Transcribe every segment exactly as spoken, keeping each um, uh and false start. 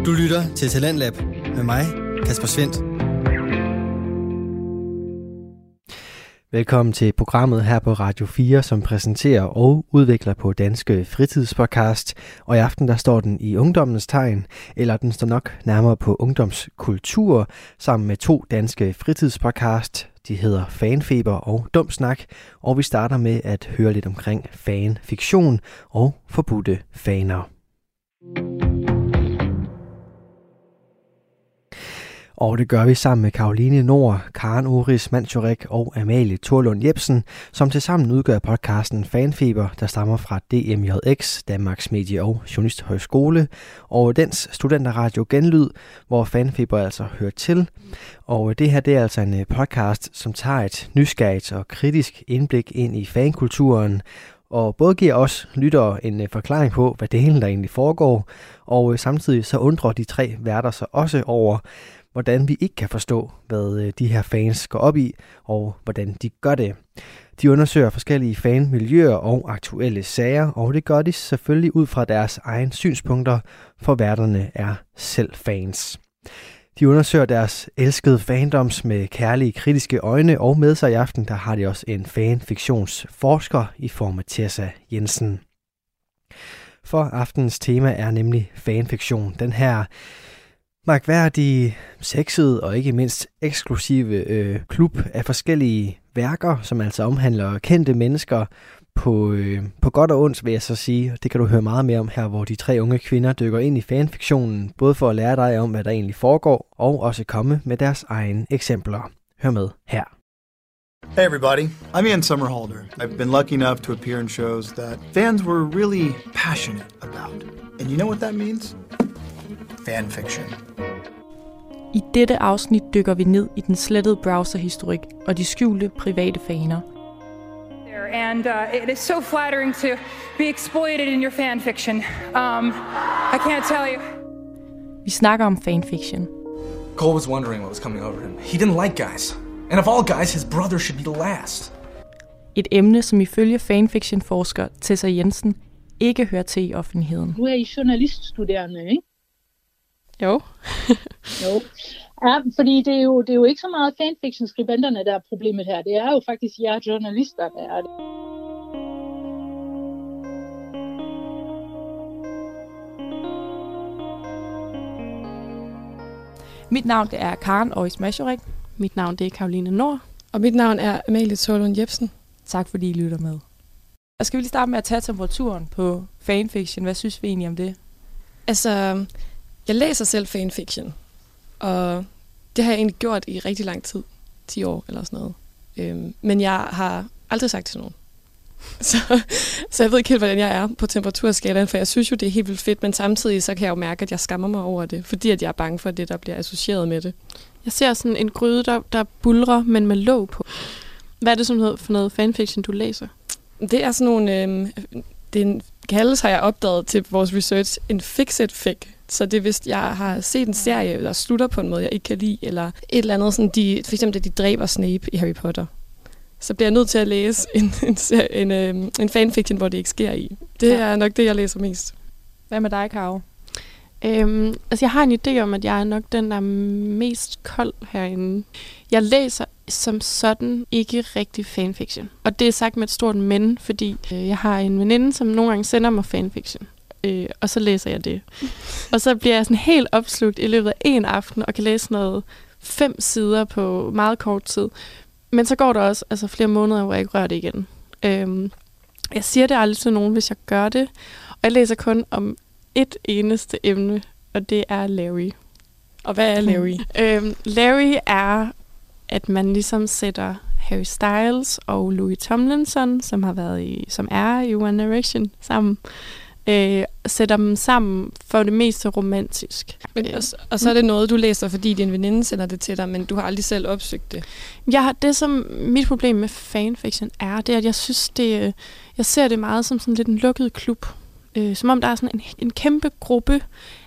Du lytter til Talentlab med mig, Kasper Svendt. Velkommen til programmet her på Radio fire, som præsenterer og udvikler på Danske Fritidspodcast. Og i aften der står den i ungdommens tegn, eller den står nok nærmere på ungdomskultur, sammen med to danske fritidspodcast. De hedder Fanfeber og Dum Snak, og vi starter med at høre lidt omkring fanfiktion og forbudte faner. Og det gør vi sammen med Caroline Nord, Karen Oris Manchurek og Amalie Thorlund Jebsen, som tilsammen udgør podcasten Fanfeber, der stammer fra D M J X, Danmarks Medie- og Journalisthøjskole, og dens studenterradio Genlyd, hvor Fanfeber altså hører til. Og det her det er altså en podcast, som tager et nysgerrigt og kritisk indblik ind i fankulturen, og både giver os lyttere en forklaring på, hvad det hele der egentlig foregår, og samtidig så undrer de tre værter sig også over, hvordan vi ikke kan forstå, hvad de her fans går op i, og hvordan de gør det. De undersøger forskellige fanmiljøer og aktuelle sager, og det gør de selvfølgelig ud fra deres egne synspunkter, for værterne er selv fans. De undersøger deres elskede fandoms med kærlige, kritiske øjne, og med sig i aften, der har de også en fanfiktionsforsker i form af Tessa Jensen. For aftens tema er nemlig fanfiktion. Den her mærkværdige, sexede og ikke mindst eksklusive øh, klub af forskellige værker, som altså omhandler kendte mennesker på, øh, på godt og ondt, vil jeg så sige. Det kan du høre meget mere om her, hvor de tre unge kvinder dykker ind i fanfiktionen, både for at lære dig om, hvad der egentlig foregår, og også komme med deres egne eksempler. Hør med her. Hey everybody, I'm Ian Somerhalder. I've been lucky enough to appear in shows that fans were really passionate about. And you know what that means? Fanfiction. I dette afsnit dykker vi ned i den slettede browserhistorik og de skjulte private faner. And uh, it is so flattering to be exploited in your fanfiction. Um, I can't tell you. Vi snakker om fanfiction. Cole was wondering what was coming over him. He didn't like guys. And of all guys, his brother should be the last. Et emne, som ifølge fanfiction-forsker Tessa Jensen ikke hører til i offentligheden. Du er I journaliststuderende, ikke? Jo. jo. Ja, fordi det er, jo, det er jo ikke så meget fanfiction-skribenterne, der er problemet her. Det er jo faktisk jer journalister, der er det. Mit navn det er Karen Oris Manchurek. Mit navn det er Caroline Nord. Og mit navn er Amalie Thorlund Jebsen. Tak fordi I lytter med. Og skal vi lige starte med at tage temperaturen på fanfiction? Hvad synes vi egentlig om det? Altså, jeg læser selv fanfiction. Og det har jeg egentlig gjort i rigtig lang tid. ti år eller sådan noget. Øhm, men jeg har aldrig sagt til nogen. Så, så jeg ved ikke helt, hvordan jeg er på temperaturskalaen, for jeg synes jo, det er helt vildt fedt, men samtidig så kan jeg jo mærke, at jeg skammer mig over det, fordi at jeg er bange for det, der bliver associeret med det. Jeg ser sådan en gryde, der, der bulrer, men med låg på. Hvad er det sådan for noget fanfiction, du læser? Det er sådan nogle... Øhm, det er en, kaldes, har jeg opdaget til vores research, en fix-it fic. Så det er, hvis jeg har set en serie, der slutter på en måde, jeg ikke kan lide, eller et eller andet, sådan de, for eksempel, at de dræber Snape i Harry Potter. Så bliver jeg nødt til at læse en, en, en, en, en fanfiction, hvor det ikke sker i. Det ja. er nok det, jeg læser mest. Hvad med dig, Karo? Øhm, altså, jeg har en idé om, at jeg er nok den, der er mest kold herinde. Jeg læser som sådan ikke rigtig fanfiction. Og det er sagt med et stort men, fordi øh, jeg har en veninde, som nogle gange sender mig fanfiction. Øh, og så læser jeg det. Og så bliver jeg sådan helt opslugt i løbet af en aften, og kan læse noget fem sider på meget kort tid. Men så går der også altså, flere måneder, hvor jeg ikke rører det igen. Øhm, jeg siger det aldrig til nogen, hvis jeg gør det. Og jeg læser kun om et eneste emne, og det er Larry. Og hvad er Larry? øhm, Larry er, at man ligesom sætter Harry Styles og Louis Tomlinson, som har været i, som er i One Direction sammen, øh, sætter dem sammen for det meste romantisk. Men, og, og så er det noget, du læser, fordi din veninde sender det til dig, men du har aldrig selv opsøgt det. Jeg har, det, som mit problem med fanfiction er, det er, at jeg synes, det, jeg ser det meget som sådan lidt en lukket klub. Øh, som om der er sådan en, en kæmpe gruppe,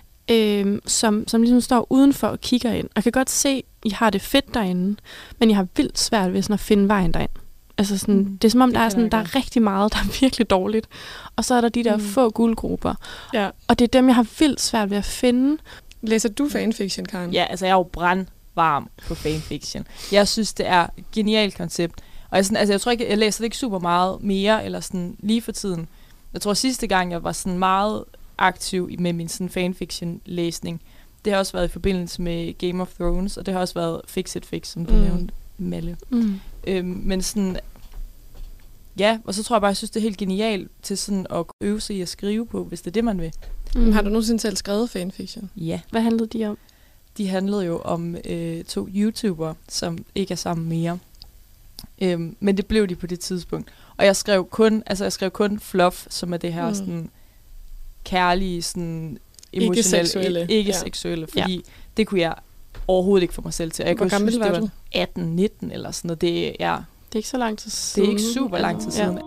øh, som, som ligesom står udenfor og kigger ind. Og jeg kan godt se, at I har det fedt derinde, men jeg har vildt svært ved sådan at finde vejen derind. Altså sådan, mm. Det er som om, der er, sådan, der er rigtig meget, der er virkelig dårligt. Og så er der de der mm. få guldgrupper. Ja. Og det er dem, jeg har vildt svært ved at finde. Læser du fanfiction, Karen? Ja, altså jeg er jo brandvarm på fanfiction. Jeg synes, det er et genialt koncept. Og jeg, sådan, altså, jeg tror ikke, jeg læser det ikke super meget mere, eller sådan lige for tiden. Jeg tror sidste gang, jeg var sådan meget aktiv med min sådan fanfiction-læsning, det har også været i forbindelse med Game of Thrones, og det har også været Fix It Fix, som du mm. nævnte, Malle. Mm. Øhm, men sådan, ja, og så tror jeg bare, jeg synes, det er helt genialt til sådan at øve sig i at skrive på, hvis det er det, man vil. Mm. Har du nogensinde selv skrevet fanfiction? Ja. Hvad handlede de om? De handlede jo om øh, to YouTubere, som ikke er sammen mere. Øhm, men det blev de på det tidspunkt. Og jeg skrev kun, altså jeg skrev kun fluff, som er det her mm. sådan kærlige, sådan emotionelle, ikke seksuelle, ikke ja. seksuelle fordi ja. det kunne jeg overhovedet ikke få mig selv til. Jeg Hvor gammel var du? atten nitten eller sådan noget. Det, ja, det er ikke så lang tid siden. Det er ikke super lang tid siden. Ja.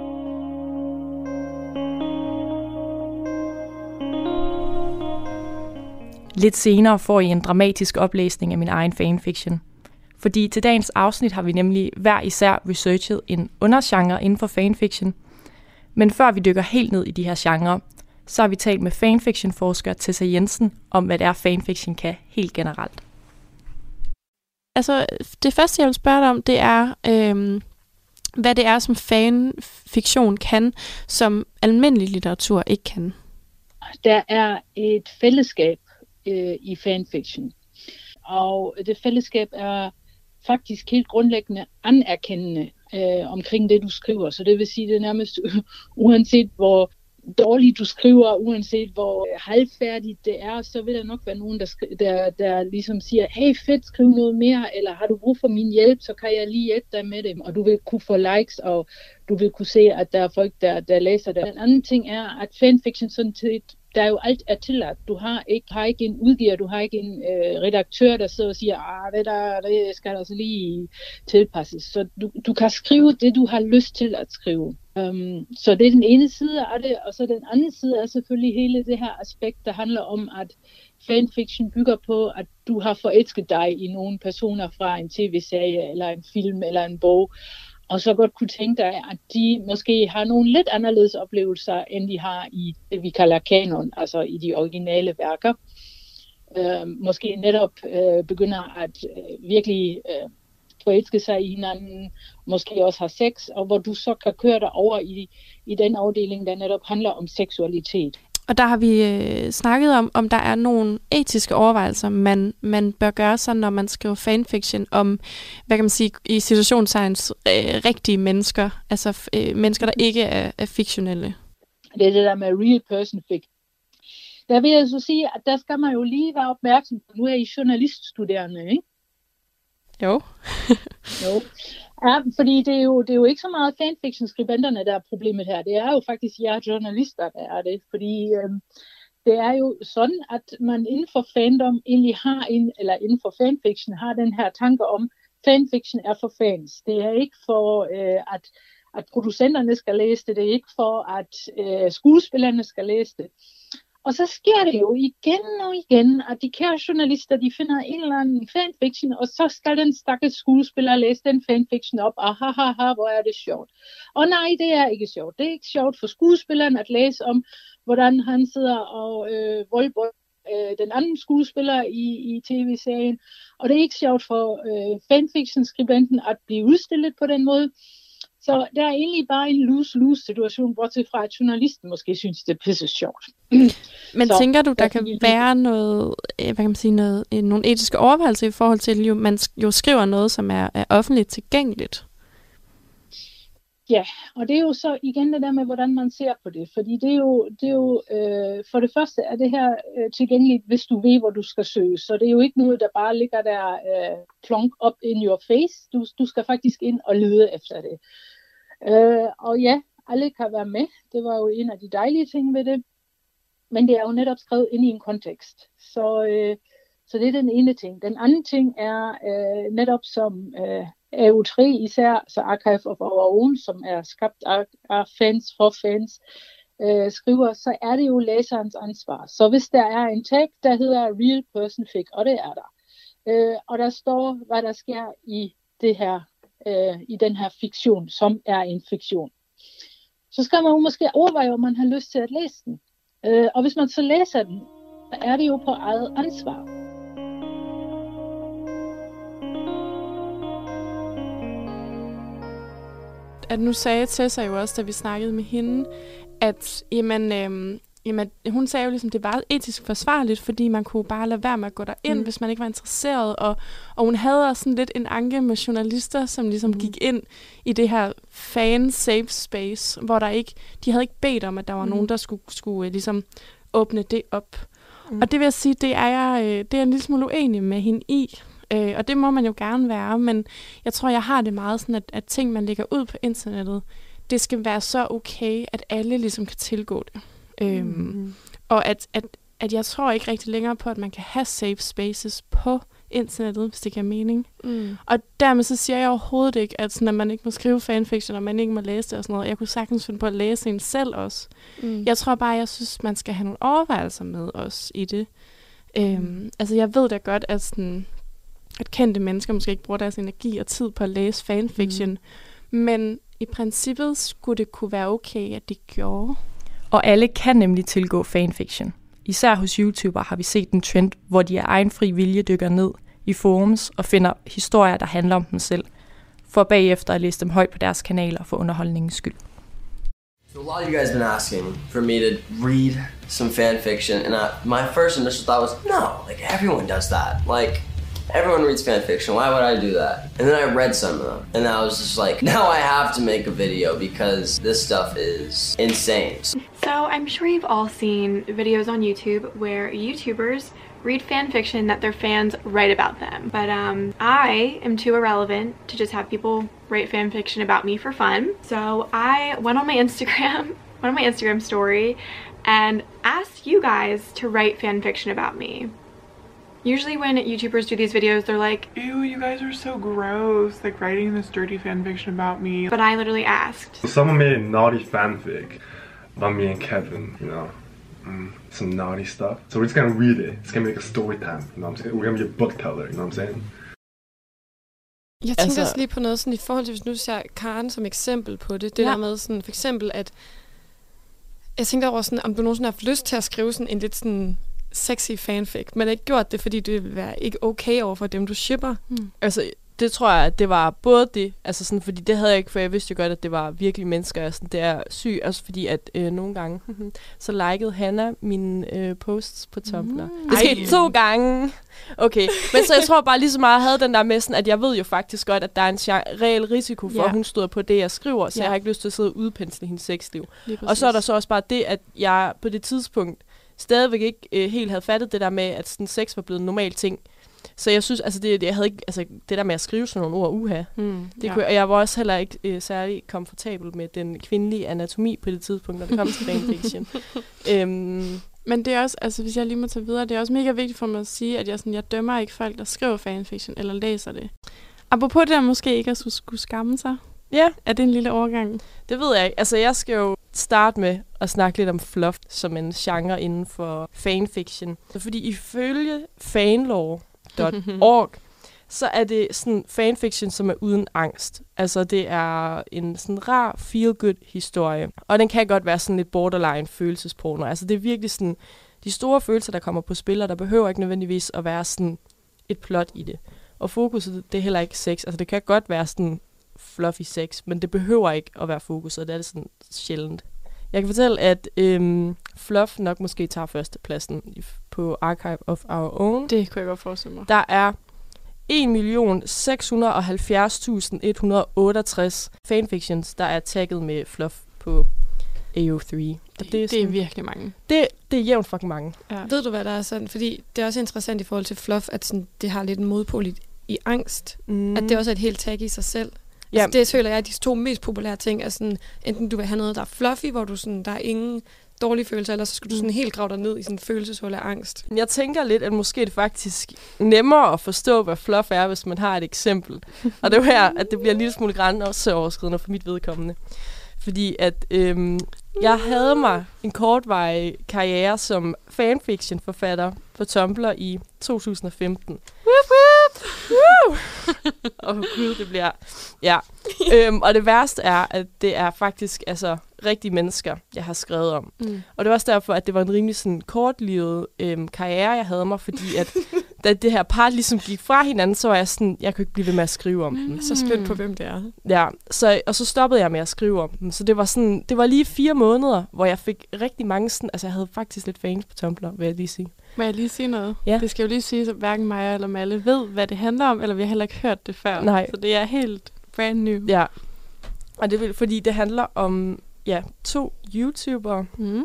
Lidt senere får I en dramatisk oplæsning af min egen fanfiction. Fordi til dagens afsnit har vi nemlig hver især researchet en undergenre inden for fanfiction. Men før vi dykker helt ned i de her genrer, så har vi talt med fanfiction-forsker Tessa Jensen om, hvad det er, fanfiction kan helt generelt. Altså, det første, jeg vil spørge dig om, det er, øhm, hvad det er, som fanfiktion kan, som almindelig litteratur ikke kan. Der er et fællesskab øh, i fanfiction. Og det fællesskab er faktisk helt grundlæggende anerkendende øh, omkring det, du skriver. Så det vil sige, det er nærmest uanset hvor dårligt du skriver, uanset hvor halvfærdigt det er, så vil der nok være nogen, der, skri- der, der ligesom siger, hey fedt, skriv noget mere, eller har du brug for min hjælp, så kan jeg lige hjælpe dig med det. Og du vil kunne få likes, og du vil kunne se, at der er folk, der, der læser det. En anden ting er, at fanfiction sådan set, der er jo alt er tilladt. Du har ikke, har ikke en udgiver, du har ikke en øh, redaktør, der sidder og siger, ah, det der, det skal altså lige tilpasses. Så du, du kan skrive det, du har lyst til at skrive. Um, så det er den ene side af det, og så den anden side er selvfølgelig hele det her aspekt, der handler om, at fanfiction bygger på, at du har forelsket dig i nogle personer fra en tv-serie, eller en film, eller en bog, og så godt kunne tænke dig, at de måske har nogle lidt anderledes oplevelser, end de har i det, vi kalder kanon, altså i de originale værker. Uh, måske netop uh, begynder at uh, virkelig uh, forelske sig i hinanden, måske også har sex, og hvor du så kan køre dig over i, i den afdeling, der netop handler om seksualitet. Og der har vi øh, snakket om, om der er nogle etiske overvejelser, man, man bør gøre sig, når man skriver fanfiction om, hvad kan man sige, i situationstegns øh, rigtige mennesker, altså øh, mennesker, der ikke er, er fiktionelle. Det er det der med real person fic. Der vil jeg så sige, at der skal man jo lige være opmærksom på, nu er I journaliststuderende, ikke? Jo. jo. Ja, fordi det er, jo, det er jo ikke så meget fanfiction-skribenterne, der er problemet her. Det er jo faktisk jer journalister, der er det. Fordi øhm, det er jo sådan, at man inden for fandom egentlig har en, eller inden for fanfiction har den her tanke om, fanfiction er for fans. Det er ikke for, øh, at, at producenterne skal læse det. Det er ikke for, at øh, skuespillerne skal læse det. Og så sker det jo igen og igen, at de kære journalister, de finder en eller anden fanfiction, og så skal den stakkels skuespiller læse den fanfiction op, og hahaha, hvor er det sjovt. Og nej, det er ikke sjovt. Det er ikke sjovt for skuespilleren at læse om, hvordan han sidder og øh, voldbår øh, den anden skuespiller i, i tv-serien. Og det er ikke sjovt for øh, fanfiction-skribenten at blive udstillet på den måde. Så der er egentlig bare en lose-lose situation, bortset fra, at journalisten måske synes, det er pisse sjovt. Men så, tænker du, der kan lige... være noget, hvad kan man sige, noget, nogle etiske overvejelser i forhold til, at man jo skriver noget, som er, er offentligt tilgængeligt? Ja, og det er jo så igen det der med, hvordan man ser på det. Fordi det er jo, det er jo øh, for det første er det her øh, tilgængeligt, hvis du ved, hvor du skal søge. Så det er jo ikke noget, der bare ligger der øh, plonk up in your face. Du, du skal faktisk ind og lede efter det. Øh, og ja, alle kan være med. Det var jo en af de dejlige ting ved det. Men det er jo netop skrevet ind i en kontekst. Så, øh, så det er den ene ting. Den anden ting er øh, netop som øh, A O tre især, så Archive of Our Own, som er skabt af, af fans for fans, øh, skriver, så er det jo læserens ansvar. Så hvis der er en tag, der hedder Real Person Fic, og det er der, øh, og der står, hvad der sker i det her øh, i den her fiktion, som er en fiktion, så skal man jo måske overveje, om man har lyst til at læse den. Øh, og hvis man så læser den, er det jo på eget ansvar. At nu sagde Tessa jo også, da vi snakkede med hende, at jamen, øhm, jamen, hun sagde jo ligesom, det var etisk forsvarligt, fordi man kunne bare lade være med at gå derind, mm. hvis man ikke var interesseret. Og, og hun havde også sådan lidt en anke med journalister, som ligesom mm. gik ind i det her fan-safe space, hvor der ikke, de havde ikke bedt om, at der var mm. nogen, der skulle, skulle ligesom åbne det op. Mm. Og det vil jeg sige, det er jeg, det er jeg en lille smule uenig med hende i. Øh, og det må man jo gerne være, men jeg tror, jeg har det meget sådan, at, at ting, man lægger ud på internettet, det skal være så okay, at alle ligesom kan tilgå det. Øhm, mm. Og at, at, at jeg tror ikke rigtig længere på, at man kan have safe spaces på internettet, hvis det giver mening. Mm. Og dermed så siger jeg overhovedet ikke, at, sådan, at man ikke må skrive fanfiction, og man ikke må læse det og sådan noget. Jeg kunne sagtens finde på at læse en selv også. Mm. Jeg tror bare, jeg synes, man skal have nogle overvejelser med os i det. Mm. Øhm, altså jeg ved da godt, at sådan... at kendte mennesker måske ikke bruger deres energi og tid på at læse fanfiction. Mm. Men i princippet skulle det kunne være okay, at de gjorde. Og alle kan nemlig tilgå fanfiction. Især hos YouTubere har vi set en trend, hvor de af egen fri vilje dykker ned i forums og finder historier, der handler om dem selv, for bagefter at læse dem højt på deres kanaler for underholdningens skyld. So a lot of you guys have been asking for me to read some fanfiction, and I, my first initial thought was, no, like everyone does that. Like, everyone reads fanfiction, why would I do that? And then I read some of them, and I was just like, now I have to make a video because this stuff is insane. So I'm sure you've all seen videos on YouTube where YouTubers read fanfiction that their fans write about them. But um, I am too irrelevant to just have people write fanfiction about me for fun. So I went on my Instagram, went on my Instagram story, and asked you guys to write fanfiction about me. Usually when YouTubers do these videos, they're like, ew, you guys are so gross, like writing this dirty fanfiction about me. But I literally asked. Someone made a naughty fanfic about me and Kevin, you know, mm, some naughty stuff. So we're just gonna read it. It's gonna be like a story time, you know what I'm saying? We're gonna be a book teller, you know what I'm saying? Jeg tænker altså, også lige på noget sådan i forhold til, hvis nu ser Karen som eksempel på det. Det ja. Der med sådan, for eksempel, at jeg tænkte over sådan, om du nogensinde har haft lyst til at skrive sådan en lidt sådan sexy fanfic, men ikke gjort det, fordi det vil være ikke okay over for dem, du shipper. Hmm. Altså, det tror jeg, at det var både det, altså sådan, fordi det havde jeg ikke, for jeg vidste jo godt, at det var virkelig mennesker, sådan, det er sygt, også fordi, at øh, nogle gange, så likede Hannah mine øh, posts på Tumblr. Mm. Det skete to gange. Okay, men så jeg tror bare lige så meget, jeg havde den der med sådan, at jeg ved jo faktisk godt, at der er en reel risiko for, ja. At hun stod på det, jeg skriver, så ja. Jeg har ikke lyst til at sidde og udpensle hendes sexliv. Og så er der så også bare det, at jeg på det tidspunkt stadigvæk ikke øh, helt havde fattet det der med, at sådan, sex var blevet en normal ting. Så jeg synes, altså det, det, jeg havde ikke, altså det der med at skrive sådan nogle ord, uha, mm, det ja. Kunne, og jeg var også heller ikke øh, særlig komfortabel med den kvindelige anatomi på det tidspunkt, når det kom til fanfiction. øhm, Men det er også, altså hvis jeg lige må tage videre, det er også mega vigtigt for mig at sige, at jeg, sådan, jeg dømmer ikke folk, der skriver fanfiction eller læser det. Apropos det, der måske ikke at skulle skamme sig. Ja. Er det en lille overgang? Det ved jeg ikke. Altså jeg skal jo starte med at snakke lidt om fluff som en genre inden for fanfiction. Fordi ifølge fanlore punktum org, så er det sådan fanfiction, som er uden angst. Altså det er en sådan rar feel-good historie. Og den kan godt være sådan lidt borderline følelsesporno. Altså det er virkelig sådan de store følelser, der kommer på spil, og der behøver ikke nødvendigvis at være sådan et plot i det. Og fokuset, det er heller ikke sex. Altså det kan godt være sådan fluffy sex, men det behøver ikke at være fokuset. Det er det sådan sjældent. Jeg kan fortælle, at øhm, fluff nok måske tager førstepladsen på Archive of Our Own. Det kunne jeg godt forestille mig. Der er en million seks hundrede og halvfjerds tusind et hundrede og otteogtres fanfictions, der er tagget med fluff på A O tre. Det, det, er, sådan, det er virkelig mange. Det, det er jævnt fucking mange. Ja. Ved du, hvad der er sådan? Fordi det er også interessant i forhold til fluff, at sådan, det har lidt en modpol i, i angst. Mm. At det også er et helt tag i sig selv. Ja. Altså, det føler jeg er de to mest populære ting. Er sådan, enten du vil have noget, der er fluffy, hvor du sådan, der er ingen dårlige følelser, eller så skal du sådan helt grave dig ned i sådan en følelseshul af angst. Jeg tænker lidt, at måske det faktisk nemmere at forstå, hvad fluff er, hvis man har et eksempel. Og det er her, at det bliver en lille smule grænseoverskridende for mit vedkommende. Fordi at øhm, jeg havde mig en kortvarig karriere som fanfiction-forfatter på Tumblr i to tusind og femten. Woop, woop. Åh oh, gud, det bliver... Ja. øhm, og det værste er, at det er faktisk altså, rigtige mennesker, jeg har skrevet om. Mm. Og det var også derfor, at det var en rimelig sådan, kortlivet øhm, karriere, jeg havde mig, fordi at da det her par ligesom gik fra hinanden, så var jeg sådan, jeg kunne ikke blive ved med at skrive om dem. Mm. Så spændt på, hvem det er. Ja, så, og så stoppede jeg med at skrive om dem. Så det var sådan, det var lige fire måneder, hvor jeg fik rigtig mange sådan, altså jeg havde faktisk lidt fans på Tumblr, vil jeg lige sige. Må jeg lige sige noget? Ja. Det skal jo lige sige, at hverken mig eller Malle ved, hvad det handler om, eller vi har heller ikke hørt det før. Nej. Så det er helt brand new. Ja, og det vil, fordi det handler om ja, to YouTubere, mm.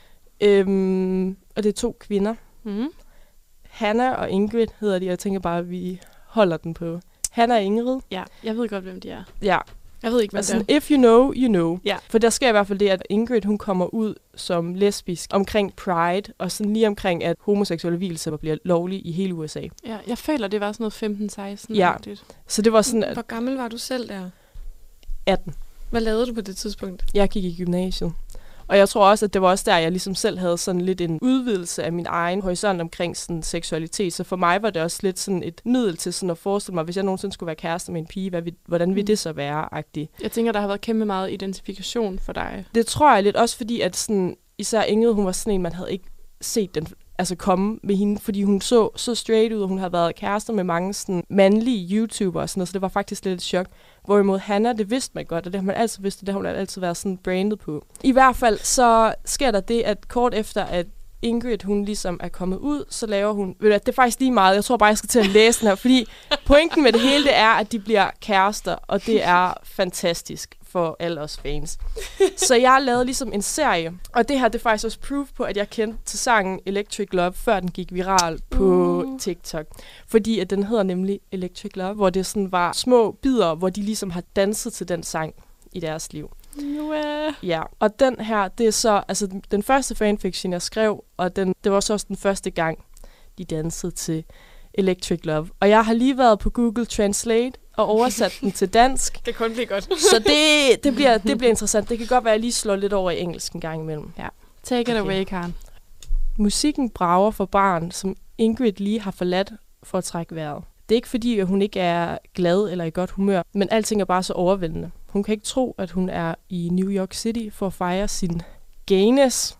øhm, og det er to kvinder. Mm. Hanna og Ingrid hedder de, og jeg tænker bare, at vi holder den på. Hanna og Ingrid. Ja, jeg ved godt, hvem de er. Ja. Jeg ved ikke, hvad altså, det er. If you know, you know. Ja. For der sker i hvert fald det, at Ingrid hun kommer ud som lesbisk omkring Pride, og sådan lige omkring, at homoseksuelle vielser bliver lovlige i hele U S A. Ja, jeg føler, det var sådan noget femten seksten. Ja, så det var sådan... At Hvor gammel var du selv der? atten. Hvad lavede du på det tidspunkt? Jeg gik i gymnasiet. Og jeg tror også, at det var også der, jeg ligesom selv havde sådan lidt en udvidelse af min egen horisont omkring sådan seksualitet. Så for mig var det også lidt sådan et middel til sådan at forestille mig, hvis jeg nogensinde skulle være kæreste med en pige, hvad vil, hvordan ville det så være-agtigt? Jeg tænker, der har været kæmpe meget identifikation for dig. Det tror jeg lidt også, fordi at sådan, især Ingrid, hun var sådan en, man havde ikke set den altså komme med hende, fordi hun så så straight ud, og hun havde været kærester med mange sådan mandlige YouTubere og sådan noget, så det var faktisk lidt et chok. Hvorimod Hanna, det vidste man godt, og det har man altid vidst, og det har hun altid været sådan brandet på. I hvert fald så sker der det, at kort efter, at Ingrid, hun ligesom er kommet ud, så laver hun... Ved du, det er faktisk lige meget, jeg tror bare, jeg skal til at læse den her, fordi pointen med det hele, det er, at de bliver kærester, og det er fantastisk for alle os fans. Så jeg lavede ligesom en serie, og det her, det er faktisk også proof på, at jeg kendte til sangen Electric Love, før den gik viral på uh. TikTok. Fordi at den hedder nemlig Electric Love, hvor det sådan var små bidder, hvor de ligesom har danset til den sang i deres liv. Yeah. Ja, og den her, det er så altså den første fanfiction, jeg skrev, og den, det var så også den første gang, de dansede til Electric Love. Og jeg har lige været på Google Translate og oversat den til dansk. Det kan kun blive godt. Så det, det, bliver, det bliver interessant. Det kan godt være, at jeg lige slår lidt over i engelsk en gang imellem. Ja. Take it okay. away, Karen. Musikken brager for barn, som Ingrid lige har forladt for at trække vejret. Det er ikke fordi, at hun ikke er glad eller i godt humør, men alting er bare så overvældende. Hun kan ikke tro, at hun er i New York City for at fejre sin gayness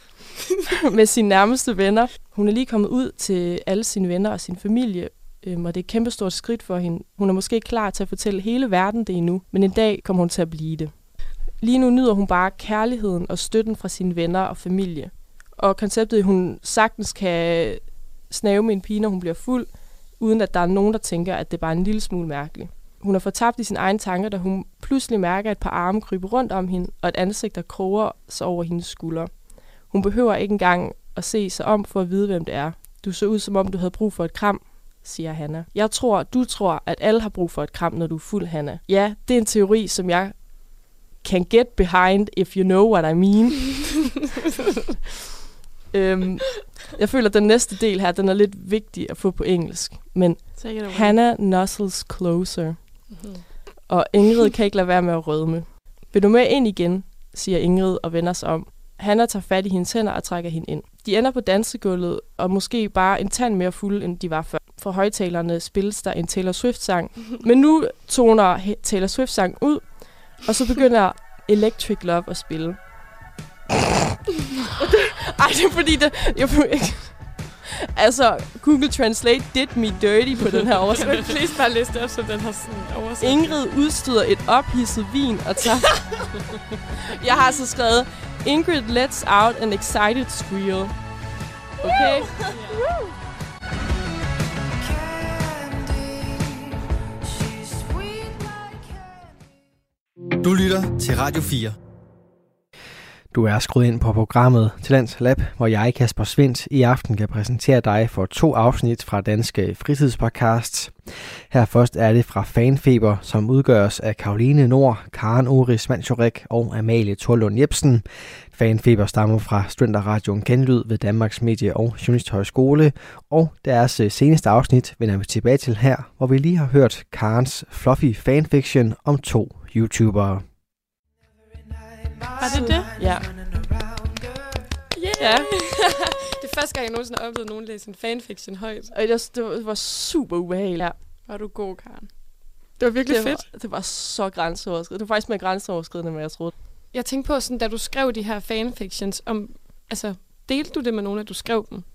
med sine nærmeste venner. Hun er lige kommet ud til alle sine venner og sin familie, øhm, og det er et kæmpestort skridt for hende. Hun er måske ikke klar til at fortælle hele verden det endnu, men en dag kommer hun til at blive det. Lige nu nyder hun bare kærligheden og støtten fra sine venner og familie. Og konceptet, at hun sagtens kan snave med en pige, når hun bliver fuld, uden at der er nogen, der tænker, at det er bare en lille smule mærkeligt. Hun er fortabt i sine egne tanker, da hun pludselig mærker et par arme krybe rundt om hende, og et ansigt, der kroger sig over hendes skuldre. Hun behøver ikke engang at se sig om for at vide, hvem det er. Du så ud, som om du havde brug for et kram, siger Hanna. Jeg tror, du tror, at alle har brug for et kram, når du er fuld, Hanna. Ja, det er en teori, som jeg can get behind, if you know what I mean. øhm, jeg føler, at den næste del her, den er lidt vigtig at få på engelsk. Men Hanna nuzzles closer. Mm-hmm. Og Ingrid kan ikke lade være med at rødme. Vil du med ind igen, siger Ingrid og vender sig om. Hanna tager fat i hendes hænder og trækker hende ind. De ender på dansegulvet, og måske bare en tand mere fulde, end de var før. Fra højtalerne spilles der en Taylor Swift-sang. Men nu toner Taylor Swift-sang ud, og så begynder Electric Love at spille. Ej, det er fordi, det... Jeg, altså, Google Translate did me dirty på den her oversætning. Kan du please bare læse det op, så den har sådan oversat? Ingrid udstøder et ophidset vin og tager... Jeg har altså skrevet, Ingrid lets out an excited squeal. Okay? Du lytter til Radio fire. Du er skruet ind på programmet Talent Lab, hvor jeg, Kasper Svindt, i aften kan præsentere dig for to afsnit fra Danske Fritidspodcasts. Her først er det fra Fanfeber, som udgøres af Caroline Nord, Karen Oris Manchurek og Amalie Torlund Jebsen. Fanfeber stammer fra Studenterradioen Genlyd ved Danmarks Medie- og Journalisthøjskole, og deres seneste afsnit vender vi tilbage til her, hvor vi lige har hørt Karens fluffy fanfiction om to YouTubere. Var det det? Ja. Yeah. Ja. Det er første gang, jeg nogensinde har oplevet nogen læse en fanfiction højt. Og det var, det var super ubehageligt. Ja. Var du god, Karen? Det var virkelig det fedt. Var, det var så grænseoverskridende. Det var faktisk mere grænseoverskridende, end jeg troede. Jeg tænkte på, sådan, da du skrev de her fanfictions, om, altså, delte du det med nogen, at du skrev dem?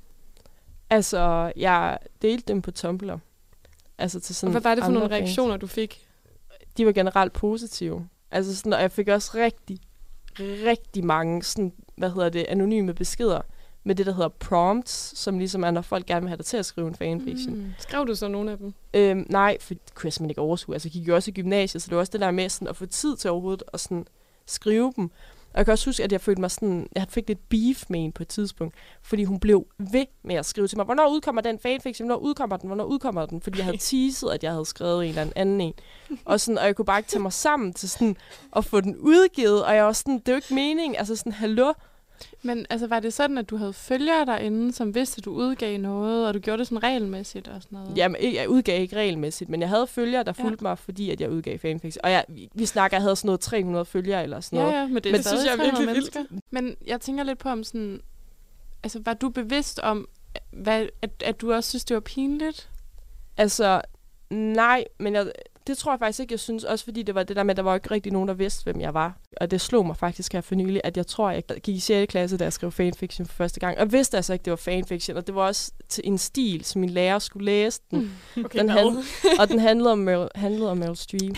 Altså, jeg delte dem på Tumblr. Altså til sådan og hvad var det for nogle fans. reaktioner, du fik? De var generelt positive. Altså sådan, og jeg fik også rigtig, rigtig mange sådan, hvad hedder det, anonyme beskeder med det, der hedder prompts, som ligesom er, når folk gerne vil have dig til at skrive en fanfiction. Mm. Skrev du så nogle af dem? Øhm, nej, for det kunne jeg simpelthen ikke overskue. Altså, jeg gik jo også i gymnasiet, så det var også det der med sådan, at få tid til overhovedet at sådan, skrive dem. Og jeg kan også huske, at jeg følte mig sådan, jeg fik lidt beef med en på et tidspunkt, fordi hun blev ved med at skrive til mig, hvornår udkommer den fanfiction, hvornår udkommer den, hvornår udkommer den, fordi jeg havde teaset, at jeg havde skrevet en eller anden en. Og, sådan, og jeg kunne bare ikke tage mig sammen til sådan, at få den udgivet, og jeg var sådan, det er jo ikke meningen, altså sådan, hallo. Men altså, var det sådan, at du havde følgere derinde, som vidste, at du udgav noget, og du gjorde det sådan regelmæssigt og sådan noget? Jamen, jeg udgav ikke regelmæssigt, men jeg havde følgere, der fulgte ja. mig, fordi at jeg udgav fanfiction. Og jeg, vi, vi snakker, jeg havde sådan noget tre hundrede følgere eller sådan noget. Ja, ja, men det, men det synes jeg er virkelig vildt. Men jeg tænker lidt på om sådan, altså, var du bevidst om, hvad, at, at du også synes, det var pinligt? Altså, nej, men jeg, det tror jeg faktisk ikke, jeg synes. Også fordi det var det der med, at der var ikke rigtig nogen, der vidste, hvem jeg var. Og det slog mig faktisk her for nylig, at jeg tror, jeg gik i sjette klasse, da jeg skrev fanfiction for første gang. Og jeg vidste altså ikke, det var fanfiction. Og det var også til en stil, som min lærer skulle læse den. Okay, den handl- og den handlede om Meryl, handlede om Meryl Streep.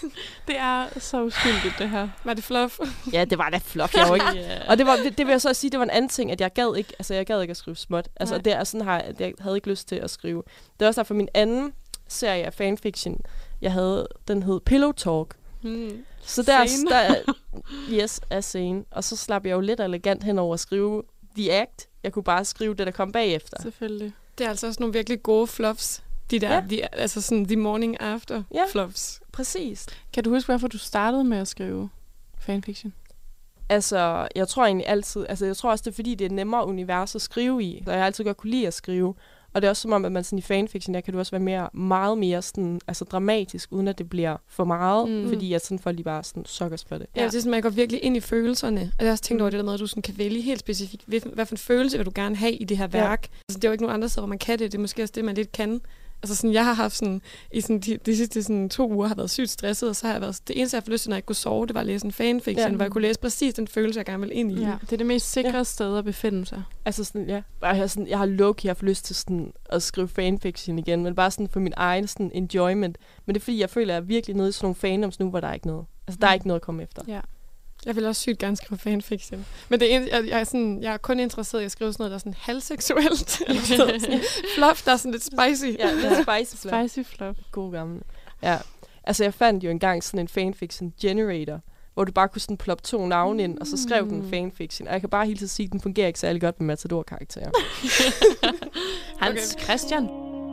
Det er så uskyldigt, det her. Var det fluff? Ja, det var da fluff, jeg var ikke. yeah. Og det, var, det, det vil jeg så sige, det var en anden ting, at jeg gad ikke, altså jeg gad ikke at skrive småt. Altså det er sådan her, at jeg havde ikke lyst til at skrive. Det er også derfor min anden serie af fanfiction, jeg havde, den hed Pillow Talk. Hmm. Så der, der yes, er scene. Og så slap jeg jo lidt elegant hen over at skrive The Act. Jeg kunne bare skrive det, der kom bagefter. Selvfølgelig. Det er altså også nogle virkelig gode fluffs. De der, ja. de, altså sådan the morning after ja. fluffs. Præcis. Kan du huske, hvorfor du startede med at skrive fanfiction? Altså, jeg tror egentlig altid, altså jeg tror også, det er fordi, det er et nemmere univers at skrive i. Så jeg har altid godt kunne lide at skrive. Og det er også som om, at man sådan i fanfiction, der kan du også være mere, meget mere sådan, altså dramatisk, uden at det bliver for meget. Mm. Fordi at sådan folk de bare sådan sukkers for det. Ja, det er sådan, man går virkelig ind i følelserne. Og jeg har også tænkt over det der med, at du sådan kan vælge helt specifikt, hvad for en følelse vil du gerne have i det her værk. Ja. Altså, det er jo ikke nogen andre steder, hvor man kan det. Det er måske også det, man lidt kan. Altså sådan, jeg har haft sådan, i sådan, de, de sidste sådan, to uger har været sygt stresset, og så har jeg været, det eneste, jeg har lyst til, når jeg kunne sove, det var at læse en fanfiction, ja. hvor jeg kunne læse præcis den følelse, jeg gerne ville ind i. Ja, det er det mest sikre ja. sted at befinde sig. Altså sådan, ja. Jeg har, sådan, jeg har low-key haft lyst til sådan, at skrive fanfiction igen, men bare sådan for min egen sådan, enjoyment. Men det er fordi, jeg føler, at jeg er virkelig nede i sådan nogle fandoms nu, hvor der er ikke noget. Altså, der er ikke noget at komme efter. Ja. Jeg vil også sygt gerne skrive fanfiction. Men det er, jeg, jeg, er sådan, jeg er kun interesseret i at skrive sådan noget, der er sådan halvseksuelt. Eller sådan fluff, der er sådan lidt spicy. Ja, det er spicy fluff. Spicy fluff. God gammel. Ja. Altså, jeg fandt jo engang sådan en fanfiction generator, hvor du bare kunne sådan ploppe to navne ind, og så skrev den en fanfiction. Og jeg kan bare hele tiden sige, at den fungerer ikke særlig godt med Matador-karakterer. Hans okay. Christian.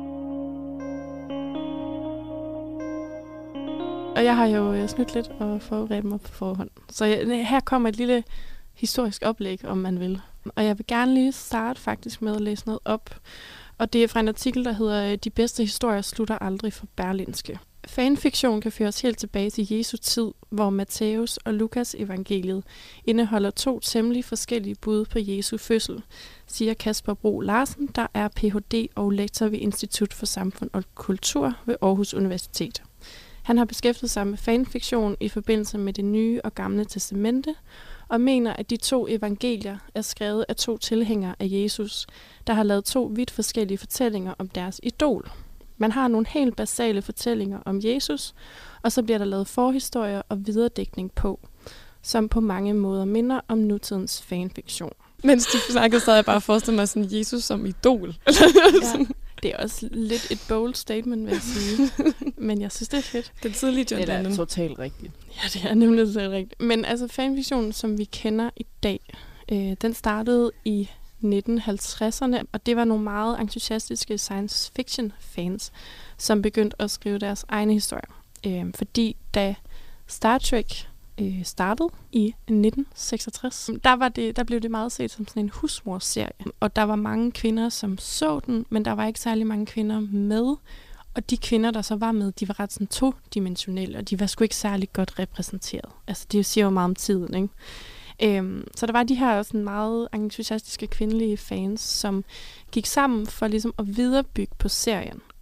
Og jeg har jo jeg snydt lidt og forberedt mig på forhånd. Så jeg, her kommer et lille historisk oplæg, om man vil. Og jeg vil gerne lige starte faktisk med at læse noget op. Og det er fra en artikel, der hedder De bedste historier slutter aldrig for Berlingske. Fanfiktion kan føres helt tilbage til Jesu tid, hvor Matthæus og Lukas evangeliet indeholder to temmelig forskellige bud på Jesu fødsel, siger Kasper Bro Larsen, der er P H D og lektor ved Institut for Samfund og Kultur ved Aarhus Universitet. Han har beskæftiget sig med fanfiktion i forbindelse med det nye og gamle testamente, og mener, at de to evangelier er skrevet af to tilhængere af Jesus, der har lavet to vidt forskellige fortællinger om deres idol. Man har nogle helt basale fortællinger om Jesus, og så bliver der lavet forhistorier og videredækning på, som på mange måder minder om nutidens fanfiktion. Mens de snakkede, så havde jeg bare forestillet mig sådan Jesus som idol. Ja. Det er også lidt et bold statement, vil jeg sige. Men jeg synes, det er fedt. Den tidlige John Lennon. Det er totalt rigtigt. Ja, det er nemlig totalt rigtigt. Men altså fanfiktionen, som vi kender i dag, øh, den startede i nitten halvtredserne, og det var nogle meget entusiastiske science fiction fans, som begyndte at skrive deres egne historier. Øh, fordi da Star Trek øh, startede i nitten seksogtres, der, var det, der blev det meget set som sådan en husmorserie. Og der var mange kvinder, som så den, men der var ikke særlig mange kvinder med. Og de kvinder, der så var med, de var ret sådan todimensionelle, og de var sgu ikke særlig godt repræsenteret. Altså, det siger jo meget om tiden, ikke? Øhm, så der var de her sådan meget entusiastiske kvindelige fans, som gik sammen for ligesom at viderebygge på serien.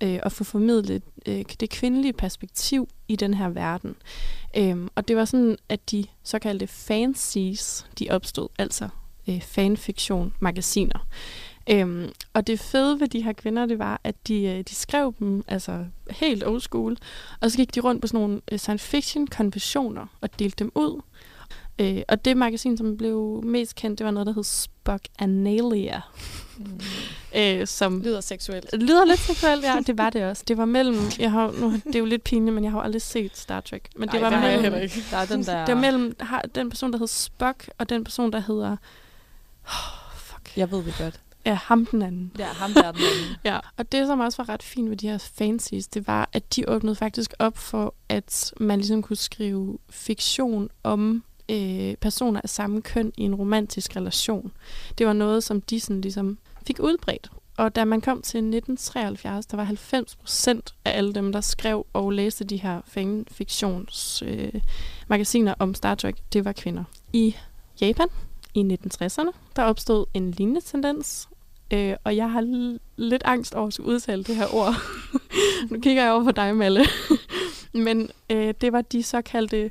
øh, at få formidlet øh, det kvindelige perspektiv i den her verden. Øhm, og det var sådan, at de såkaldte fanzines, de opstod, altså øh, fanfiktion, magasiner. Øhm, og det fede ved de her kvinder, det var, at de, øh, de skrev dem altså helt old school, og så gik de rundt på sådan nogle øh, science fiction konventioner og delte dem ud. Øh, og det magasin, som blev mest kendt, det var noget, der hed Spockanalia. Mm. Øh, som lyder seksuelt. Lyder lidt seksuelt, ja. Det var det også. Det var mellem, jeg har, nu, det er jo lidt pinligt, men jeg har aldrig set Star Trek. Men det Ej, var det mellem, heller ikke. Der er den der... Det var mellem har, den person, der hed Spock, og den person, der hedder... Oh, fuck. Jeg ved det godt. Ja, ham den anden. Ja, ham der den anden. Ja, og det, som også var ret fint ved de her fancies, det var, at de åbnede faktisk op for, at man ligesom kunne skrive fiktion om øh, personer af samme køn i en romantisk relation. Det var noget, som de sådan ligesom fik udbredt. Og da man kom til nitten treoghalvfjerds, der var halvfems procent af alle dem, der skrev og læste de her fanfiktionsmagasiner øh, magasiner om Star Trek, det var kvinder. I Japan i nitten tresserne, der opstod en lignende tendens, øh, og jeg har l- lidt angst over at skulle udtale det her ord. Nu kigger jeg over på dig, Malle. Men øh, det var de såkaldte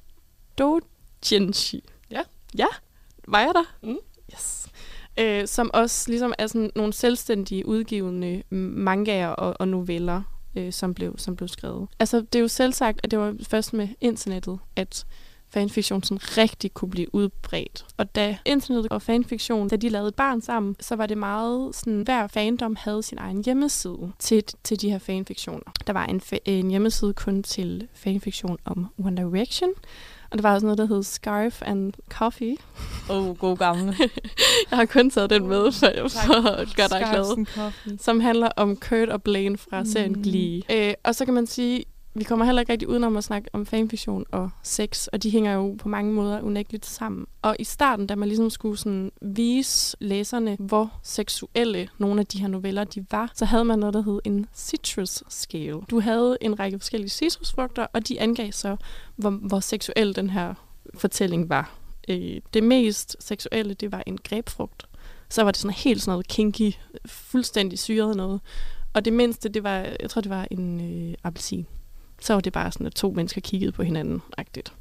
doujinshi. Ja. Ja, var jeg der? Mm. Yes. Øh, som også ligesom er sådan nogle selvstændige udgivende mangaer og, og noveller, øh, som, blev, som blev skrevet. Altså, det er jo selvsagt, at det var først med internettet, at fanfiktion sådan rigtig kunne blive udbredt. Og da internettet og fanfiktion, da de lavede barn sammen, så var det meget sådan, hver fandom havde sin egen hjemmeside til, til de her fanfiktioner. Der var en, fa- en hjemmeside kun til fanfiktion om One Direction, og der var også noget, der hed Scarf and Coffee. Åh, oh, god gamle. Jeg har kun taget den med, for, for at gøre dig glad. Som handler om Kurt og Blaine fra mm. serien Glee. Øh, og så kan man sige, vi kommer heller ikke rigtig udenom at snakke om fanfiktion og sex, og de hænger jo på mange måder unægteligt sammen. Og i starten, da man ligesom skulle sådan vise læserne, hvor seksuelle nogle af de her noveller de var, så havde man noget, der hed en citrus scale. Du havde en række forskellige citrusfrugter, og de angav så, hvor, hvor seksuel den her fortælling var. Øh, det mest seksuelle, det var en grebfrugt. Så var det sådan helt sådan noget kinky, fuldstændig syret noget. Og det mindste, det var, jeg tror, det var en øh, appelsin. Så var det bare sådan, at to mennesker kiggede på hinanden-agtigt.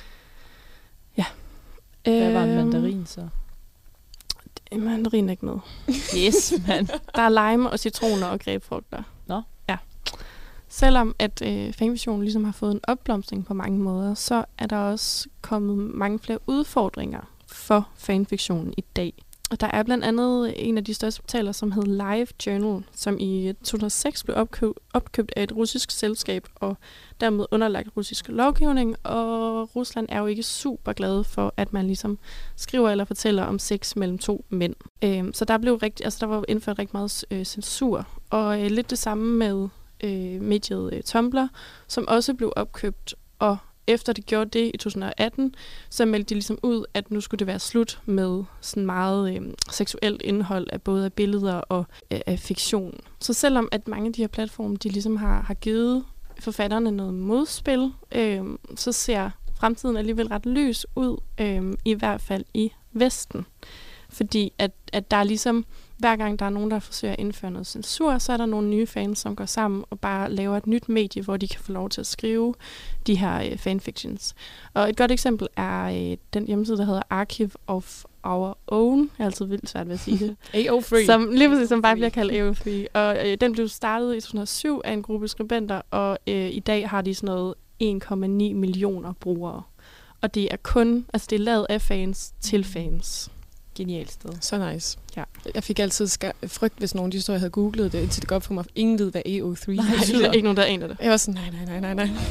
Ja. Hvad var en mandarin så? Det, mandarin er ikke noget. Yes, mand. Der er lime og citroner og grebfrugter. Nå. Ja. Selvom at øh, fanfiktionen ligesom har fået en opblomstring på mange måder, så er der også kommet mange flere udfordringer for fanfiktionen i dag. Og der er blandt andet en af de største portaler, som hed Live Journal, som i to tusind og seks blev opkøb, opkøbt af et russisk selskab, og dermed underlagt russisk lovgivning. Og Rusland er jo ikke super glad for, at man ligesom skriver eller fortæller om sex mellem to mænd. Øhm, så der blev rigtig, altså der var indført rigtig meget øh, censur. Og øh, lidt det samme med øh, mediet øh, Tumblr, som også blev opkøbt, og efter det gjorde det i to tusind og atten, så meldte de ligesom ud, at nu skulle det være slut med sådan meget øh, seksuelt indhold af både af billeder og øh, af fiktion. Så selvom at mange af de her platforme, de ligesom har, har givet forfatterne noget modspil, øh, så ser fremtiden alligevel ret lys ud, øh, i hvert fald i Vesten. Fordi at, at der er ligesom, hver gang der er nogen, der forsøger at indføre noget censur, så er der nogle nye fans, som går sammen og bare laver et nyt medie, hvor de kan få lov til at skrive de her øh, fanfictions. Og et godt eksempel er øh, den hjemmeside, der hedder Archive of Our Own. Jeg er altid vildt svært ved at sige det. A O tre. Som lige præcis som bare bliver kaldt A O tre. Og øh, den blev startet i to tusind og syv af en gruppe skribenter, og øh, i dag har de sådan noget en komma ni millioner brugere. Og det er kun, altså det er lavet af fans til fans. Genialt sted. Så nice. Ja. Jeg fik altid ska- frygt, hvis nogen de stod, jeg havde googlet det, indtil det går op for mig. Ingen ved, hvad A O tre nej, det er ikke nogen, der aner det. Jeg var sådan, nej, nej, nej, nej, nej.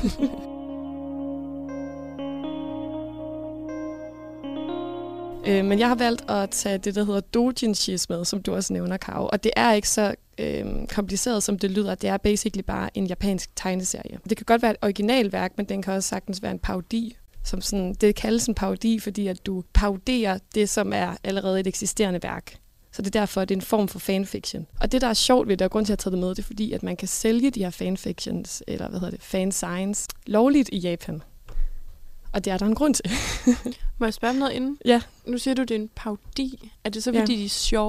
øh, men jeg har valgt at tage det, der hedder doujinshi med, som du også nævner, Karo. Og det er ikke så øh, kompliceret, som det lyder. Det er basically bare en japansk tegneserie. Det kan godt være et originalværk, men den kan også sagtens være en parodi. Som sådan, det kaldes en parodi, fordi at du paroderer det, som er allerede et eksisterende værk. Så det er derfor, at det er en form for fanfiction. Og det, der er sjovt ved det, og grund til at tage det med, det er fordi, at man kan sælge de her fanfictions, eller hvad hedder det, fansigns, lovligt i Japan. Og det er der en grund til. Må jeg spørge om noget inden? Ja. Nu siger du, det er en parodi. Er det så, fordi ja. de er sjove?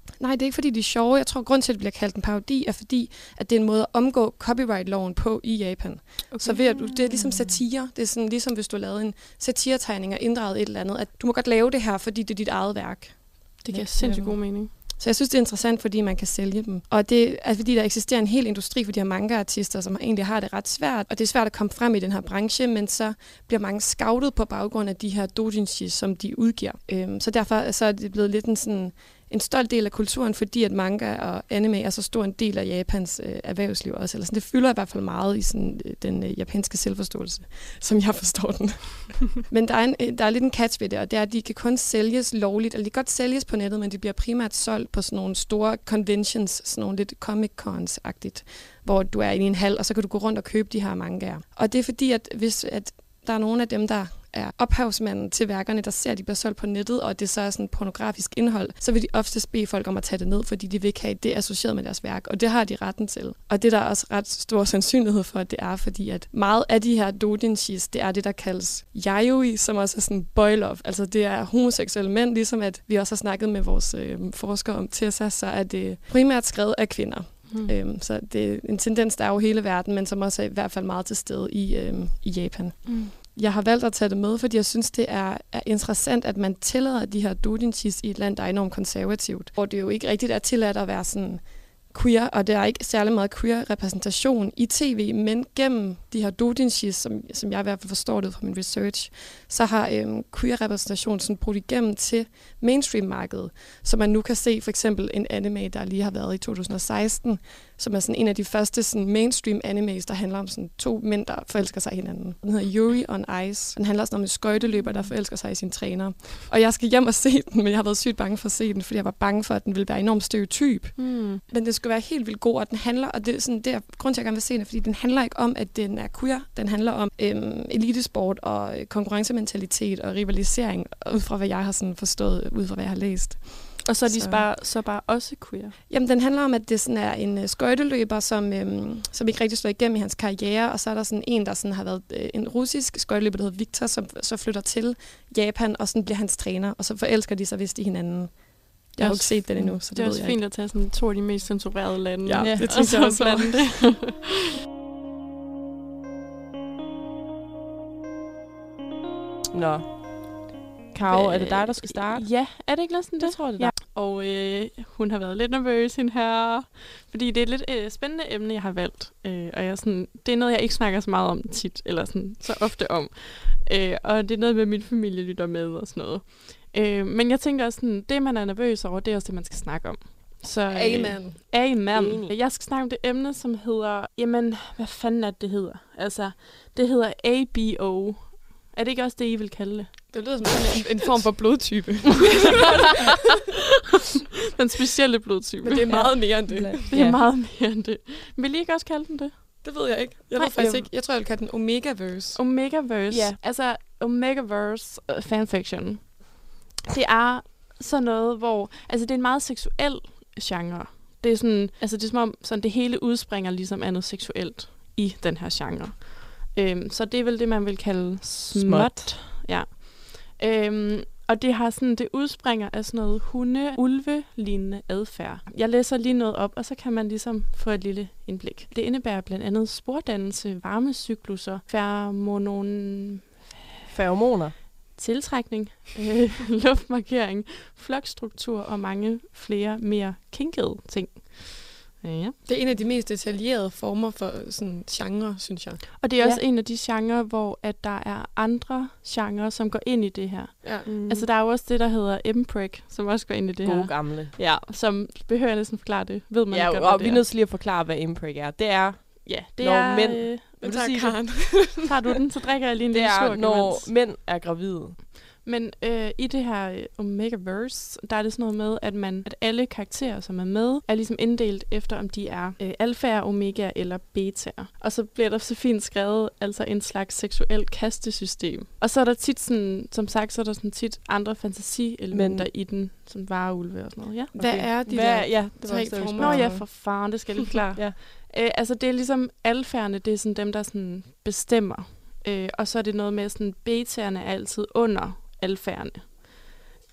Nej, det er ikke fordi, de er sjove. Jeg tror, grund til, at det bliver kaldt en parodi, er fordi, at det er en måde at omgå copyright-loven på i Japan. Okay. Så ved at du, det er ligesom satire. Det er sådan, ligesom hvis du lavede en satiretegning og inddraget et eller andet, at du må godt lave det her, fordi det er dit eget værk. Det giver sindssygt god mening. Så jeg synes, det er interessant, fordi man kan sælge dem. Og det er fordi, der eksisterer en hel industri for de her manga-artister, som egentlig har det ret svært. Og det er svært at komme frem i den her branche, men så bliver mange scoutet på baggrund af de her doujinshi, som de udgiver. Øhm, så derfor så er det blevet lidt en, sådan, en stolt del af kulturen, fordi at manga og anime er så stor en del af Japans øh, erhvervsliv også. Eller sådan, det fylder i hvert fald meget i sådan, øh, den øh, japanske selvforståelse, som jeg forstår den. Men der er, en, der er lidt en catch ved det, og det er, at de kan kun sælges lovligt, eller de kan godt sælges på nettet, men de bliver primært solgt på sådan nogle store conventions, sådan nogle lidt Comic-Cons-agtigt, hvor du er inde i en hal, og så kan du gå rundt og købe de her mangaer. Og det er fordi, at hvis at der er nogle af dem, der er ophavsmanden til værkerne, der ser, at de bliver solgt på nettet, og det så er sådan pornografisk indhold, så vil de oftest bede folk om at tage det ned, fordi de vil ikke have det associeret med deres værk, og det har de retten til. Og det er der også ret stor sandsynlighed for, at det er, fordi at meget af de her doujinshis, det er det, der kaldes yayoi, som også er sådan boy love. Altså det er homoseksuelle mænd, ligesom at vi også har snakket med vores øh, forskere om Tessa, så er det primært skrevet af kvinder. Mm. Øhm, så det er en tendens, der er over hele verden, men som også er i hvert fald meget til stede i, øhm, i Japan. Mm. Jeg har valgt at tage det med, fordi jeg synes, det er, er interessant, at man tillader de her doujinshis i et land, der er enormt konservativt. Hvor det jo ikke rigtigt er tilladt at være sådan queer, og der er ikke særlig meget queer-repræsentation i tv, men gennem de her doujinshis, som, som jeg i hvert fald forstår det fra min research, så har øhm, queer-repræsentation sådan brugt igennem til mainstream-markedet, så man nu kan se for eksempel en anime, der lige har været i to tusind og seksten, som er sådan en af de første sådan mainstream animes, der handler om sådan to mænd, der forelsker sig i hinanden. Den hedder Yuri on Ice. Den handler sådan om en skøjteløber, der forelsker sig i sin træner. Og jeg skal hjem og se den, men jeg har været sygt bange for at se den, fordi jeg var bange for, at den ville være enormt stereotyp. Mm. Men det skulle være helt vildt god, og den handler, og det er sådan der grund til, at jeg gerne vil se den, fordi den handler ikke om, at den er queer. Den handler om øhm, elitesport og konkurrencementalitet og rivalisering, ud fra hvad jeg har sådan forstået, ud fra hvad jeg har læst. Og så er de så. Bare, så bare også queer? Jamen, den handler om, at det sådan er en uh, skøjteløber, som, øhm, som ikke rigtig slår igennem i hans karriere, og så er der sådan en, der sådan har været øh, en russisk skøjteløber, der hedder Victor, som så flytter til Japan, og sådan bliver hans træner, og så forelsker de sig vist i hinanden. Jeg har jo ikke set den endnu, så det, det er ved også jeg fint ikke. at tage sådan to af de mest censurerede lande. Ja, ja. det synes jeg også var. Nå. Karo, er det dig, der skal starte? Ja, er det ikke næsten det? Det tror jeg, det er. Ja. Og øh, hun har været lidt nervøs, hende her. Fordi det er et lidt øh, spændende emne, jeg har valgt. Øh, og jeg sådan, det er noget, jeg ikke snakker så meget om tit, eller sådan, så ofte om. Øh, og det er noget, med min familie lytter med og sådan noget. Øh, men jeg tænker også, sådan, det man er nervøs over, det er også det, man skal snakke om. Så, øh, Amen. Amen. Enig. Jeg skal snakke om det emne, som hedder... Jamen, hvad fanden er det, det hedder? Altså, det hedder A B O. Er det ikke også det, I vil kalde det? Det lyder som en, en form for blodtype. Den specielle blodtype. Men det er meget mere end det. Det er ja. meget mere end det. Vil I ikke også kalde den det? Det ved jeg ikke. Jeg Nej, ved faktisk jeg... ikke. Jeg tror, jeg vil kalde den Omegaverse. Omegaverse? Ja. Altså, Omegaverse uh, fanfiction. Det er sådan noget, hvor... Altså, det er en meget seksuel genre. Det er sådan... Altså, det er som om, sådan, det hele udspringer ligesom af noget seksuelt i den her genre. Øhm, så det er vel det, man vil kalde smut. Ja. Øhm, og det har sådan, det udspringer af sådan noget hunde-ulve-lignende adfærd. Jeg læser lige noget op, og så kan man ligesom få et lille indblik. Det indebærer blandt andet spordannelse, varmecykluser, feromonon... Feromoner. Tiltrækning, øh, luftmarkering, flokstruktur og mange flere mere kinkede ting. Ja. Det er en af de mest detaljerede former for sådan genre, synes jeg. Og det er også ja. en af de genrer, hvor at der er andre genrer, som går ind i det her. Ja. Mm. Altså der er jo også det, der hedder M-Preg, som også går ind i det Gode her. gamle. Ja, som behøver jeg næsten forklare det. Ved man ja, godt, og det vi er er. nødt til lige at forklare, hvad M-Preg er. Det er, ja, det når er, mænd... Øh, vil du sige det? Tager du den, så drikker jeg lige en det lille slurk. slurk. Det er, når imens. mænd er gravide. Men øh, i det her øh, Omegaverse, der er det sådan noget med, at man at alle karakterer, som er med, er ligesom inddelt efter, om de er øh, alfaer, omega eller betaer. Og så bliver der så fint skrevet, altså en slags seksuelt kastesystem. Og så er der tit sådan, som sagt, så er der sådan tit andre fantasielementer i den, som vareulve og sådan noget. Ja. Hvad Okay. er de Hvad, der ja, det tre var former? Nå ja, for faren, det skal jeg lige klare. ja. øh, altså det er ligesom alfærerne, det er sådan dem, der sådan bestemmer. Øh, og så er det noget med, sådan betaerne er altid under alfærerne.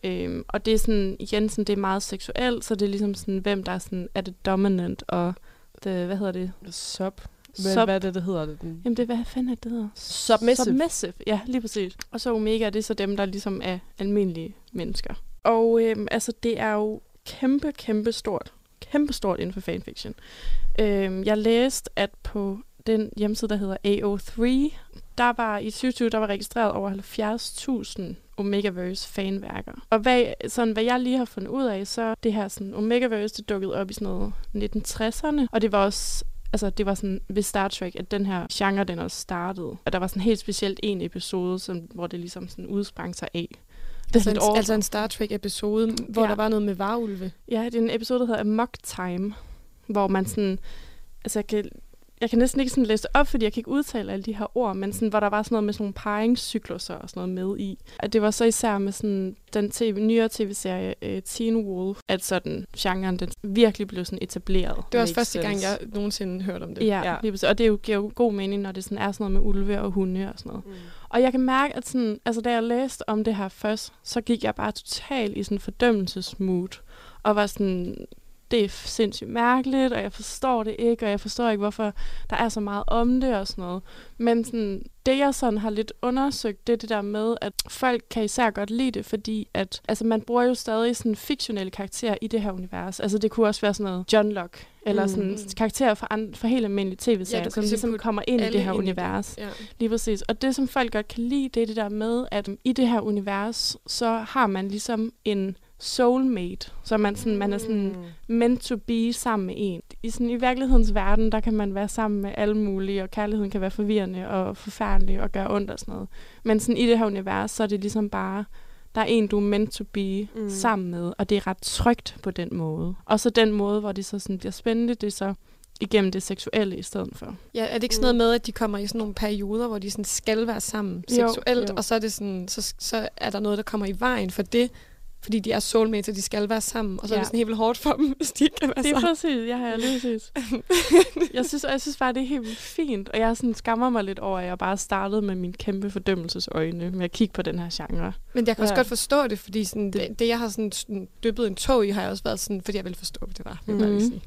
Øhm, og det er sådan, igen, sådan, det er meget seksuelt, så det er ligesom sådan, hvem der er sådan, er det dominant, og det, hvad hedder det? Sub. Hvad, Sub. hvad er det, det hedder? Det? Jamen det, hvad fanden er det, det hedder? Submissive. Submissive, ja, lige præcis. Og så omega, det er så dem, der ligesom er almindelige mennesker. Og øhm, altså, det er jo kæmpe, kæmpe stort. Kæmpe stort inden for fanfiction. Øhm, jeg læste, at på den hjemmeside, der hedder A O tre, der var i tyve tyve, der var registreret over halvfjerds tusind Omegaverse fanværker. Og hvad, sådan, hvad jeg lige har fundet ud af, så det her sådan, Omegaverse, det dukkede op i sådan noget nitten tresserne, og det var også altså, det var sådan ved Star Trek, at den her genre, den også startede. Og der var sådan helt specielt en episode, som, hvor det ligesom sådan udsprang sig af. Det altså, en, altså en Star Trek-episode, hvor ja. der var noget med varulve. Ja, det er en episode, der hedder Amok Time, hvor man sådan... Altså, jeg kan, jeg kan næsten ikke sådan læse det op, fordi jeg kan ikke udtale alle de her ord, men sådan, hvor der var sådan noget med sådan nogle paringscykluser og sådan noget med i. Og det var så især med sådan den TV, nyere tv-serie uh, Teen Wolf, at sådan genren den virkelig blev sådan etableret. Det var også første sense. gang, jeg nogensinde hørte om det. Ja, ja. Lige, og det er jo, giver jo god mening, når det sådan er sådan noget med ulve og hunde og sådan noget. Mm. Og jeg kan mærke, at sådan, altså, da jeg læste om det her først, så gik jeg bare totalt i sådan fordømmelsesmood, og var sådan... det er sindssygt mærkeligt, og jeg forstår det ikke, og jeg forstår ikke, hvorfor der er så meget om det og sådan noget. Men sådan, det, jeg sådan har lidt undersøgt, det er det der med, at folk kan især godt lide det, fordi at, altså, man bruger jo stadig sådan fiktionelle karakterer i det her univers. Altså, det kunne også være sådan noget John Locke, eller sådan mm. karakterer fra, andre, fra helt almindelige tv-serier, ja, som ligesom kommer ind i det her univers. Ja. Lige præcis. Og det, som folk godt kan lide, det er det der med, at i det her univers, så har man ligesom en soulmate, så man, sådan, man er sådan meant to be sammen med en. I, sådan, I virkelighedens verden, der kan man være sammen med alle mulige, og kærligheden kan være forvirrende og forfærdelig og gøre ondt og sådan noget. Men sådan, i det her univers, så er det ligesom bare, der er en, du er meant to be mm. sammen med, og det er ret trygt på den måde. Og så den måde, hvor det så sådan bliver spændende, det er så igennem det seksuelle i stedet for. Ja, er det ikke sådan noget med, at de kommer i sådan nogle perioder, hvor de sådan skal være sammen seksuelt, jo, jo. og så er det sådan, så, så er der noget, der kommer i vejen for det, fordi de er soulmates, og de skal være sammen, og så ja. er det sådan helt vildt hårdt for dem, hvis de ikke kan være sammen. Det er præcis, ja, ja, lige præcis. jeg, synes, jeg synes bare, det er helt vildt fint, og jeg sådan skammer mig lidt over, at jeg bare startede med mine kæmpe fordømmelsesøjne med at kigge på den her genre. Men jeg kan også ja. godt forstå det, fordi sådan, det, det, jeg har sådan, sådan dyppet en tog i, har jeg også været sådan, fordi jeg ville forstå, hvad det var. Det mm. sige.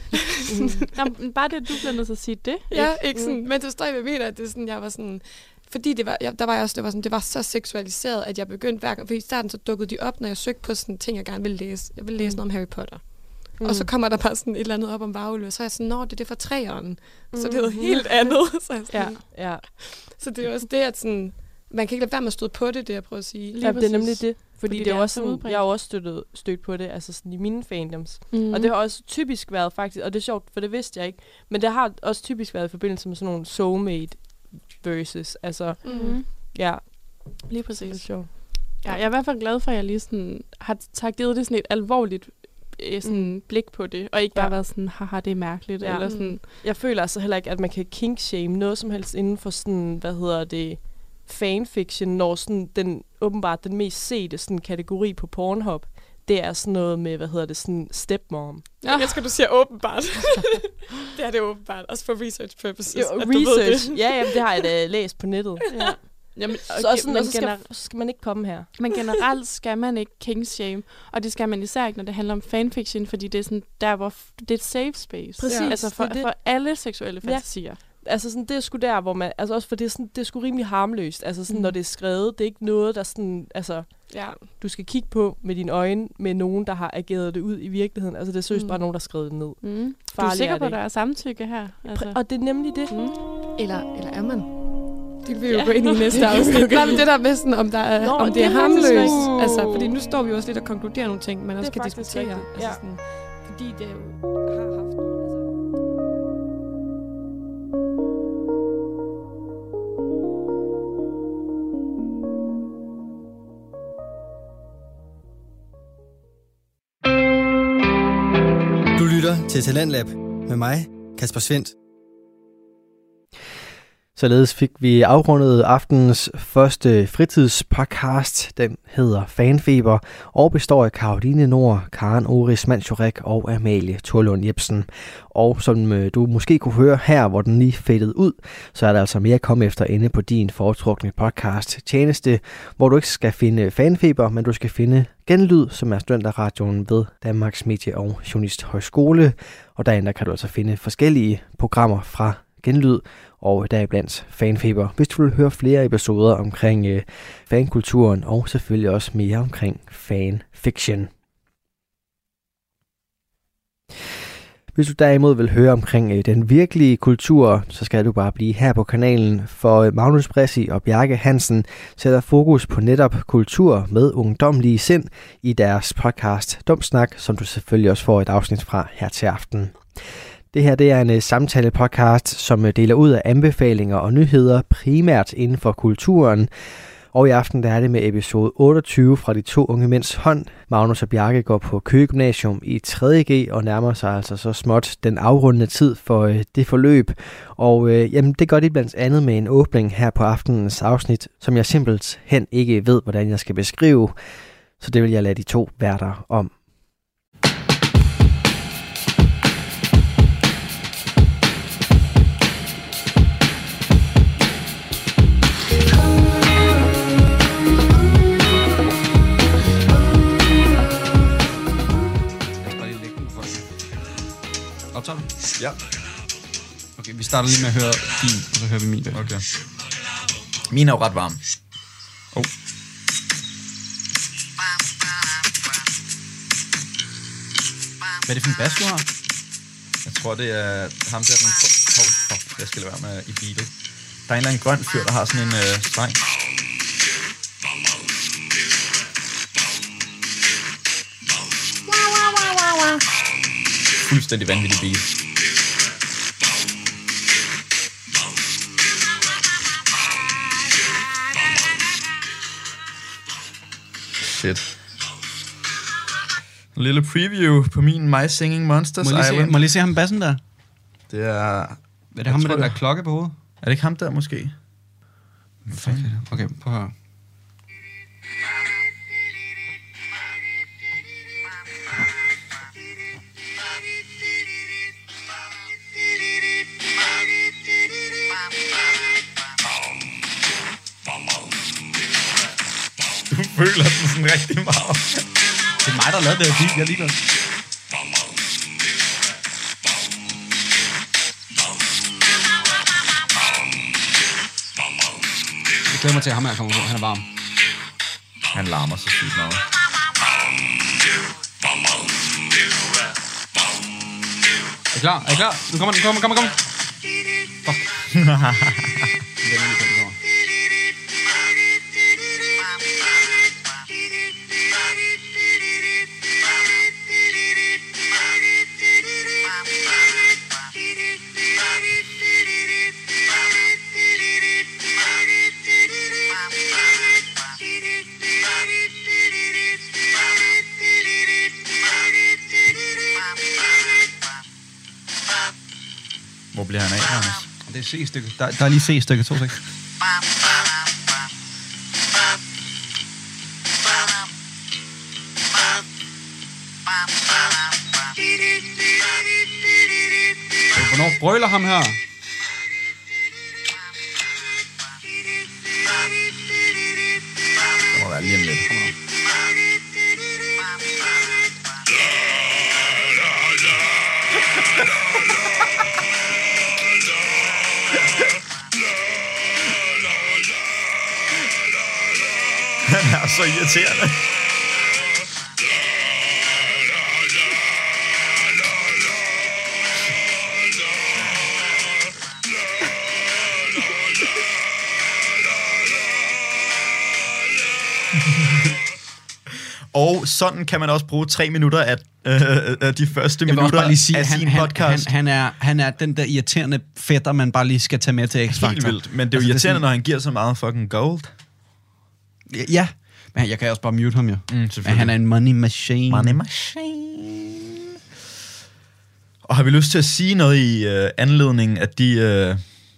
mm. Nå, bare det, du bliver nødt til at sige det. Ja, ikke, ikke sådan, mm. men det står jeg ved, at det er sådan, jeg var sådan... Fordi det var, jeg, der var jeg også, det var sådan, det var så seksualiseret, at jeg begyndte hver gang, for i starten så dukkede de op, når jeg søgte på sådan ting, jeg gerne ville læse. Jeg ville læse mm. noget om Harry Potter. Mm. Og så kommer der bare sådan et eller andet op om varulve, og så er jeg sådan, nå, det er det fra træeren. Mm. Så det er noget helt andet. Så, jeg sådan, ja, ja. så det er også det, at sådan, man kan ikke lade være med at støde på det, det jeg prøver at sige. Ja, det er nemlig det. Fordi, fordi det, det er også sådan, jeg har også støttet, stødt på det, altså sådan i mine fandoms. Mm. Og det har også typisk været faktisk, og det er sjovt, for det vidste jeg ikke, men det har også typisk været i forbindelse med sådan nogle soulmate versus, altså, mm-hmm. ja. Lige præcis. Ja, jeg er i hvert fald glad for, at jeg lige sådan har, har givet det sådan et alvorligt sådan mm. blik på det, og ikke bare ja. været sådan, haha, det er mærkeligt, ja. eller sådan. Jeg føler altså heller ikke, at man kan kink-shame noget som helst inden for sådan, hvad hedder det, fanfiction, når sådan den, åbenbart den mest sete sådan kategori på Pornhub, det er sådan noget med, hvad hedder det, sådan stepmom. Ja. Jeg skal du sige åbenbart. det er det åbenbart, også for research purposes. Jo, at research, du ved det. ja, jamen, det har jeg da læst på nettet. Ja. Jamen, okay, så, sådan, og så, skal, så skal man ikke komme her. Men generelt skal man ikke king-shame, og det skal man især ikke, når det handler om fanfiction, fordi det er sådan der, hvor f- det er et safe space. Præcis. Ja. Altså for, det, for alle seksuelle fantasier. Ja. Altså sådan, det er sgu der, hvor man, altså også for det er, sådan, det er sgu rimelig harmløst. Altså sådan, mm. når det er skrevet, det er ikke noget, der sådan, altså, ja. du skal kigge på med dine øjne, med nogen, der har ageret det ud i virkeligheden. Altså det er seriøst mm. bare nogen, der har skrevet det ned. Mm. Du er sikker på, at der er samtykke her? Altså. Og det er nemlig det. Mm. Eller, eller er man? Det vil vi jo ja. gå ind i næste afsnit. Nej, men det der med sådan, om, der er, Nå, om det, det er harmløst. Uh. Altså, fordi nu står vi jo også lidt og konkluderer nogle ting, man også kan diskutere. Altså, ja. sådan, fordi det jo har haft... Du lytter til Talentlab med mig, Kasper Svendt. Således fik vi afrundet aftenens første fritidspodcast. Den hedder Fanfeber og består af Caroline Nord, Karen Oris Manchurek og Amalie Thorlund Jepsen. Og som du måske kunne høre her, hvor den lige fadede ud, så er der altså mere at komme efter inde på din foretrukne podcast tjeneste, hvor du ikke skal finde Fanfeber, men du skal finde Genlyd, som er studenterradioen ved Danmarks Medie- og Journalisthøjskole. Og derinde kan du altså finde forskellige programmer fra Genlyd, og deriblandt Fanfeber, hvis du vil høre flere episoder omkring øh, fankulturen, og selvfølgelig også mere omkring fanfiction. Hvis du derimod vil høre omkring øh, den virkelige kultur, så skal du bare blive her på kanalen, for Magnus Bressi og Bjarke Hansen sætter fokus på netop kultur med ungdomlige sind i deres podcast Dumsnak, som du selvfølgelig også får et afsnit fra her til aften. Det her det er en uh, samtale-podcast, som uh, deler ud af anbefalinger og nyheder, primært inden for kulturen. Og i aften der er det med episode otteogtyve fra De To Unge Mænds Hånd. Magnus og Bjarke går på Køge Gymnasium i tredje G og nærmer sig altså så småt den afrundende tid for uh, det forløb. Og uh, jamen, det gør de blandt andet med en åbning her på aftenens afsnit, som jeg simpelthen ikke ved, hvordan jeg skal beskrive. Så det vil jeg lade de to værter om. Optager du? Ja. Okay, vi starter lige med at høre din, og så hører vi min. Okay. Min er jo ret varm. Oh. Hvad er det for en bas, du har? Jeg tror, det er ham der, den... Oh, fuck, jeg skal lade være med i beatet. Der er en eller anden grøn fyr, der har sådan en øh, streng. Fuldstændig vanvittig beat. Shit. En lille preview på min My Singing Monsters må lige Island. Se, må lige se ham bassen der? Det er... Er det ham med den der klokke på hovedet? Er det ikke ham der, måske? Fuck det. Okay, prøv at høre. Du føler den sådan rigtig meget. Det er mig, der lavede det her beat, jeg er ligeglad. Jeg glæder mig til, at ham her kommer ud. Han er varm. Han larmer så sygt meget. Er I klar? Er I klar? Nu kommer den, kommer, kommer, kommer. Fuck. Hvor bliver han af, Anders? Det er C-stykke. Der, der er lige C-stykke to, seks. Hvornår brøler ham her? Det må være lige om lidt. Han er så irriterende. Og sådan kan man også bruge tre minutter af, øh, af de første jeg minutter lige sige, af han, sin han, podcast. Han, han, er, han er den der irriterende fætter, man bare lige skal tage med til X-Factor. Helt vildt, men det er jo altså, irriterende, det er når han giver så meget fucking gold. Ja, men jeg kan også bare mute ham jo. Mm, men han er en money machine. Money machine. Og har vi lyst til at sige noget i øh, anledning af de, øh,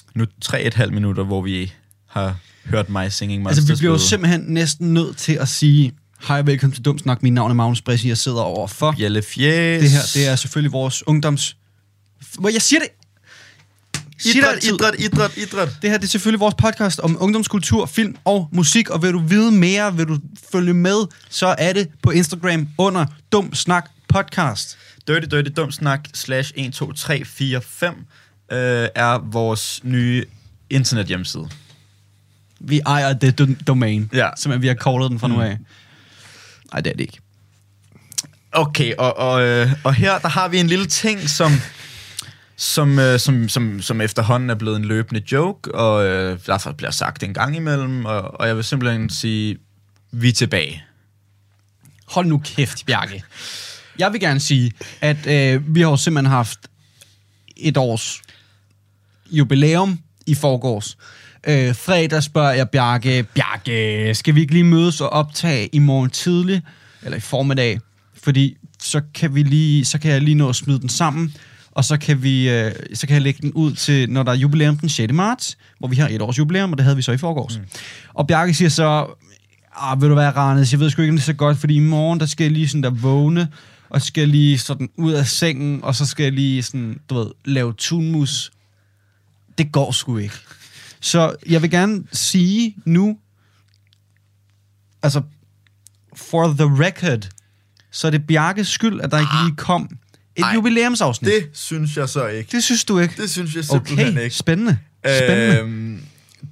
nu tre og et halvt minutter, hvor vi har hørt mig singing Monsters. Altså, vi bliver jo simpelthen næsten nødt til at sige, hej, velkommen til Dumsnak. Mit navn er Magnus Bressi, jeg sidder overfor. Bjelle Fjes. Det her, det er selvfølgelig vores ungdoms... Hvor jeg siger det... Idræt, idræt, idræt, idræt. Det her, det er selvfølgelig vores podcast om ungdomskultur, film og musik, og vil du vide mere, vil du følge med, så er det på Instagram under Dumsnak Podcast. Dirty Dirty Dumsnak slash en to tre fire fem øh, er vores nye internethjemmeside. Vi ejer det do- domain, ja. Som vi har callet den fra mm. nu af. Nej, det er det ikke. Okay, og, og, øh, og her der har vi en lille ting, som... Som, øh, som, som, som efterhånden er blevet en løbende joke, og øh, derfor bliver sagt en gang imellem, og, og jeg vil simpelthen sige, vi er tilbage. Hold nu kæft, Bjarke. Jeg vil gerne sige, at øh, vi har jo simpelthen haft et års jubilæum i forgårs. Øh, fredag spørger jeg Bjarke, Bjarke, skal vi ikke lige mødes og optage i morgen tidlig, eller i formiddag, fordi så kan, vi lige, så kan jeg lige nå at smide den sammen, og så kan, vi, øh, så kan jeg lægge den ud til, når der er jubilæum den sjette marts, hvor vi har et års jubilæum, og det havde vi så i forgårs. Mm. Og Bjarke siger så, ah, vil du være, Rannes, jeg ved sgu ikke, om det er så godt, fordi i morgen, der skal jeg lige sådan der vågne, og skal jeg lige sådan ud af sengen, og så skal jeg lige sådan, du ved, lave tunmus. Det går sgu ikke. Så jeg vil gerne sige nu, altså, for the record, så er det Bjarkes skyld, at der ikke lige kom et Ej, jubilæumsafsnit. Det synes jeg så ikke. Det synes du ikke? Det synes jeg simpelthen okay, ikke. Spændende. Spændende. Øhm,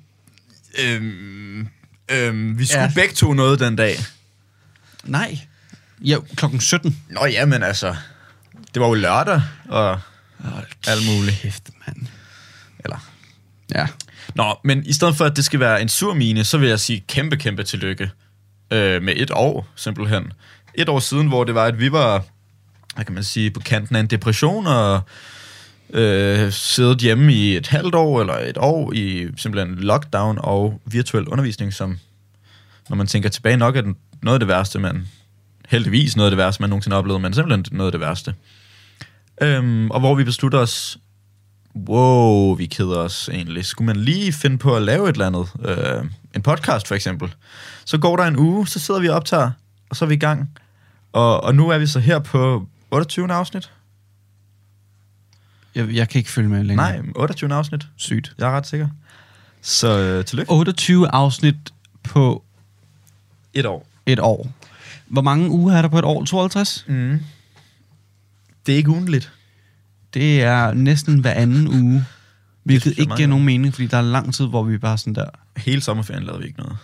øhm, øhm, vi skulle ja. begge to noget den dag. Nej. Ja, klokken sytten. Nå ja, men altså, det var jo lørdag, og oh, alt muligt. Kæft, mand. Eller, ja. Nå, men i stedet for, at det skal være en sur mine, så vil jeg sige kæmpe, kæmpe tillykke. Øh, med et år, simpelthen. Et år siden, hvor det var, at vi var, hvad kan man sige, på kanten af en depression, og øh, siddet hjemme i et halvt år, eller et år, i simpelthen lockdown og virtuel undervisning, som, når man tænker tilbage, nok er noget af det værste, man heldigvis noget af det værste, man nogensinde har oplevet, men simpelthen noget af det værste. Øhm, og hvor vi beslutter os, wow, vi keder os egentlig. Skulle man lige finde på at lave et eller andet, øh, en podcast for eksempel, så går der en uge, så sidder vi og optager, og så er vi i gang. Og, og nu er vi så her på otteogtyvende afsnit. Jeg, jeg kan ikke følge med længere. Nej, otteogtyvende afsnit. Sygt. Jeg er ret sikker. Så øh, tillykke. otteogtyve afsnit på et år. Et år. Hvor mange uger er der på et år? tooghalvtreds? Mm. Det er ikke ugentligt. Det er næsten hver anden uge. Hvilket ikke giver nogen mening, fordi der er lang tid, hvor vi bare sådan der... Hele sommerferien lavede vi ikke noget.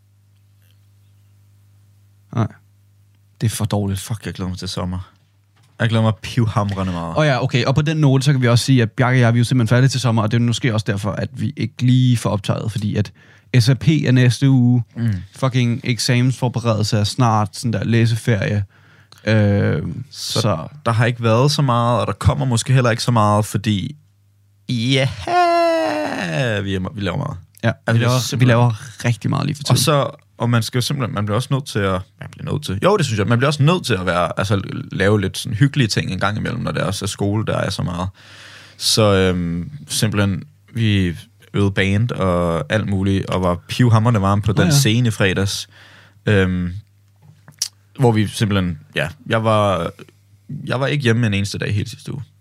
Nej. Det er for dårligt. Fuck, jeg glæder mig til sommer. Jeg glæder mig pivhamrende meget. Og oh ja, okay. Og på den note, så kan vi også sige, at Bjarke og jeg, vi er jo simpelthen færdige til sommer, og det er måske også derfor, at vi ikke lige får optaget, fordi at S A P er næste uge. Mm. Fucking eksamensforberedelse er snart, sådan der læseferie. Øh, så, så der har ikke været så meget, og der kommer måske heller ikke så meget, fordi ja, yeah, vi, vi laver meget. Ja, vi laver, vi laver rigtig meget lige for tiden. Og så og man skal jo simpelthen, man bliver også nødt til at, man bliver nødt til, jo det synes jeg, man bliver også nødt til at være, altså lave lidt sådan hyggelige ting en gang imellem, når det også er skole, der er så meget. Så øhm, simpelthen, vi øvede band og alt muligt, og var pivhamrende varme på den oh, ja. scene i fredags, øhm, hvor vi simpelthen, ja, jeg var, jeg var ikke hjemme en eneste dag hele sidste uge.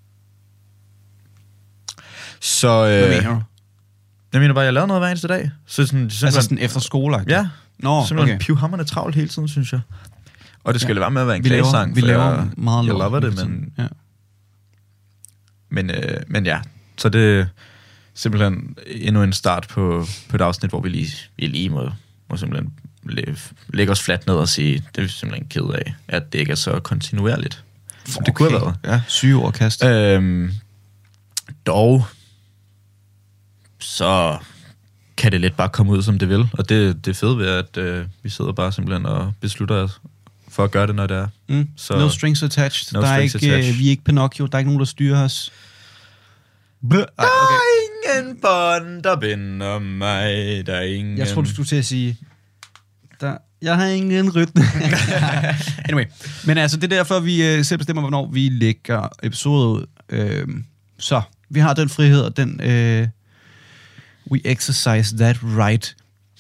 Så, øh, hvad mener du? Jeg mener bare, jeg lavede noget hver eneste dag. Så sådan, altså sådan efter skole? Ja. Nå, simpelthen okay. pivhamrende travlt hele tiden, synes jeg. Og det skal ja. være med at være en vi klagesang. Vi laver jeg, meget jeg lov. lover det, men... Ja. Men, øh, men ja, så det er simpelthen endnu en start på, på et afsnit, hvor vi lige, vi lige må, må simpelthen læ- lægge os fladt ned og sige, det er vi simpelthen ked af, at det ikke er så kontinuerligt. Okay. Det kunne have været. Ja, syge overkast. Øhm, dog, så kan det let bare komme ud, som det vil. Og det, det er fedt ved, at øh, vi sidder bare simpelthen og beslutter os for at gøre det, når det er. Mm. Så, no strings attached. No der strings er ikke, attached. Øh, vi er ikke Pinocchio. Der er ikke nogen, der styrer os. Bøh. Der er okay. ingen bånd, der binder mig. Der er ingen... Jeg tror du skulle til at sige... Der, jeg har ingen rytme. Anyway. Men altså, det er derfor, vi øh, selv bestemmer, hvornår vi lægger episoder ud. Øh, så, vi har den frihed og den... Øh, We exercise that right.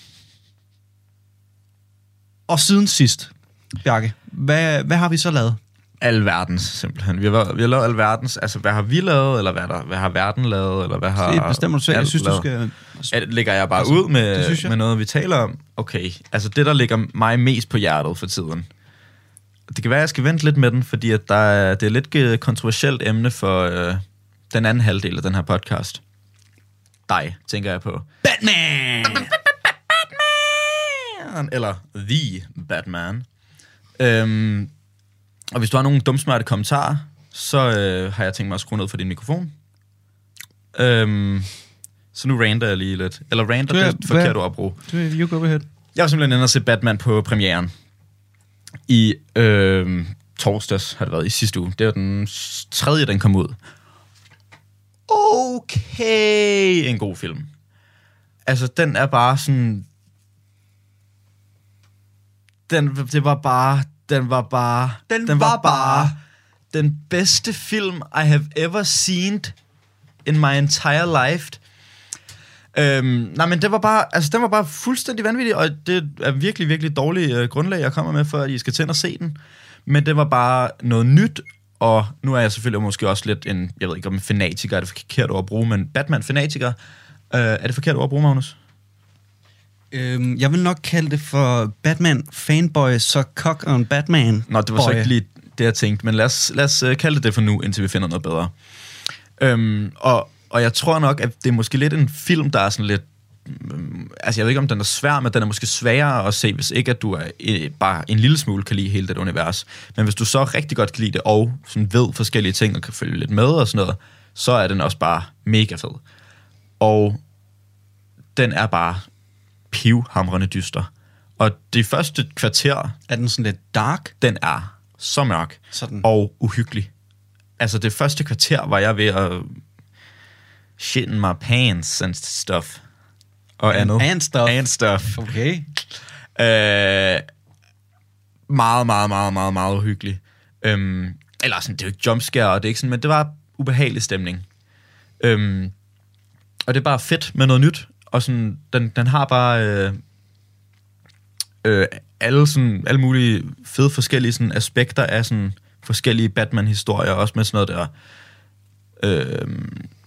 Og siden sidst, Bjarke, hvad, hvad har vi så lavet? Alverdens, simpelthen. Vi har, vi har lavet alverdens. Altså, hvad har vi lavet, eller hvad, der, hvad har verden lavet, eller hvad har... Det bestemmer du selv. Jeg synes, lavet? du skal... Lægger jeg bare altså, ud med, med noget, vi taler om? Okay. Altså, det, der ligger mig mest på hjertet for tiden. Det kan være, at jeg skal vente lidt med den, fordi at der er, det er et lidt kontroversielt emne for øh, den anden halvdel af den her podcast. Dig, tænker jeg på. Batman! Batman! Eller The Batman. Øhm... Og hvis du har nogle dumsmarte kommentarer, så øh, har jeg tænkt mig at skrue ned for din mikrofon. Øhm, så nu ranter jeg lige lidt. Eller ranter, det er et forkert ord at bruge. You go ahead. Jeg var simpelthen inde og se Batman på premieren. I øh, torsdags har det været, i sidste uge. Det var den tredje, den kom ud. Okay, en god film. Altså, den er bare sådan... Den, det var bare... Den var bare... Den, den var, var bare... Den bedste film, I have ever seen in my entire life. Øhm, nej, men det var bare... Altså, den var bare fuldstændig vanvittig, og det er virkelig, virkelig dårligt øh, grundlag, jeg kommer med, for at I skal tænde og se den. Men det var bare noget nyt, og nu er jeg selvfølgelig måske også lidt en... Jeg ved ikke, om en fanatiker er det forkert ord at bruge, men Batman-fanatiker. Øh, er det forkert ord at bruge, Magnus? Øhm, jeg vil nok kalde det for Batman-fanboy, så cock on Batman. Nå, det var så ikke lige det, jeg tænkte, men lad os, lad os uh, kalde det det for nu, indtil vi finder noget bedre. Øhm, og, og jeg tror nok, at det er måske lidt en film, der er sådan lidt... Um, altså, jeg ved ikke, om den er svær, men den er måske sværere at se, hvis ikke, at du er uh, bare en lille smule kan lide hele det univers. Men hvis du så rigtig godt kan lide det, og sådan ved forskellige ting, og kan følge lidt med og sådan noget, så er den også bare mega fed. Og den er bare... pivhamrende dyster. Og det første kvarter... Er den sådan lidt dark? Den er så mørk. Sådan. Og uhyggelig. Altså det første kvarter var jeg ved at... shit in my pants and stuff. Og and, andet. And stuff. And stuff. Okay. Øh, meget, meget, meget, meget, meget uhyggelig. Øhm, eller sådan, det er jo ikke jumpscare, og det er ikke sådan, men det var ubehagelig stemning. Øhm, og det er bare fedt med noget nyt. Og sådan, den, den har bare øh, øh, alle, sådan, alle mulige fede forskellige sådan, aspekter af sådan, forskellige Batman-historier, også med sådan noget der... Øh,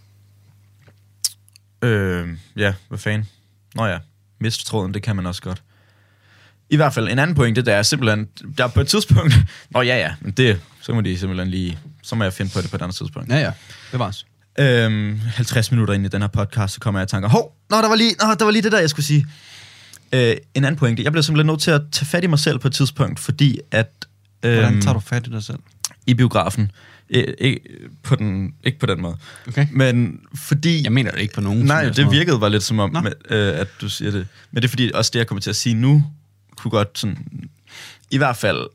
øh, ja, hvad fanden? Nå ja, miste tråden, det kan man også godt. I hvert fald en anden pointe, der er simpelthen... Der er på et tidspunkt... Nå ja, ja, men det... Så må de simpelthen lige... Så må jeg finde på det på et andet tidspunkt. Ja, ja, det var også. Øhm, halvtreds minutter ind i den her podcast, så kommer jeg i tanker, hov, nå, der var lige, nå, der var lige det der, jeg skulle sige. Øh, en anden pointe, jeg blev simpelthen nødt til at tage fat i mig selv på et tidspunkt, fordi at... Øhm, Hvordan tager du fat i dig selv? I biografen. Øh, ikke, på den, ikke på den måde. Okay. Men fordi... Jeg mener det ikke på nogen. Nej, det virkede bare lidt som om, med, øh, at du siger det. Men det er fordi, også det, jeg kommer til at sige nu, kunne godt sådan... I hvert fald...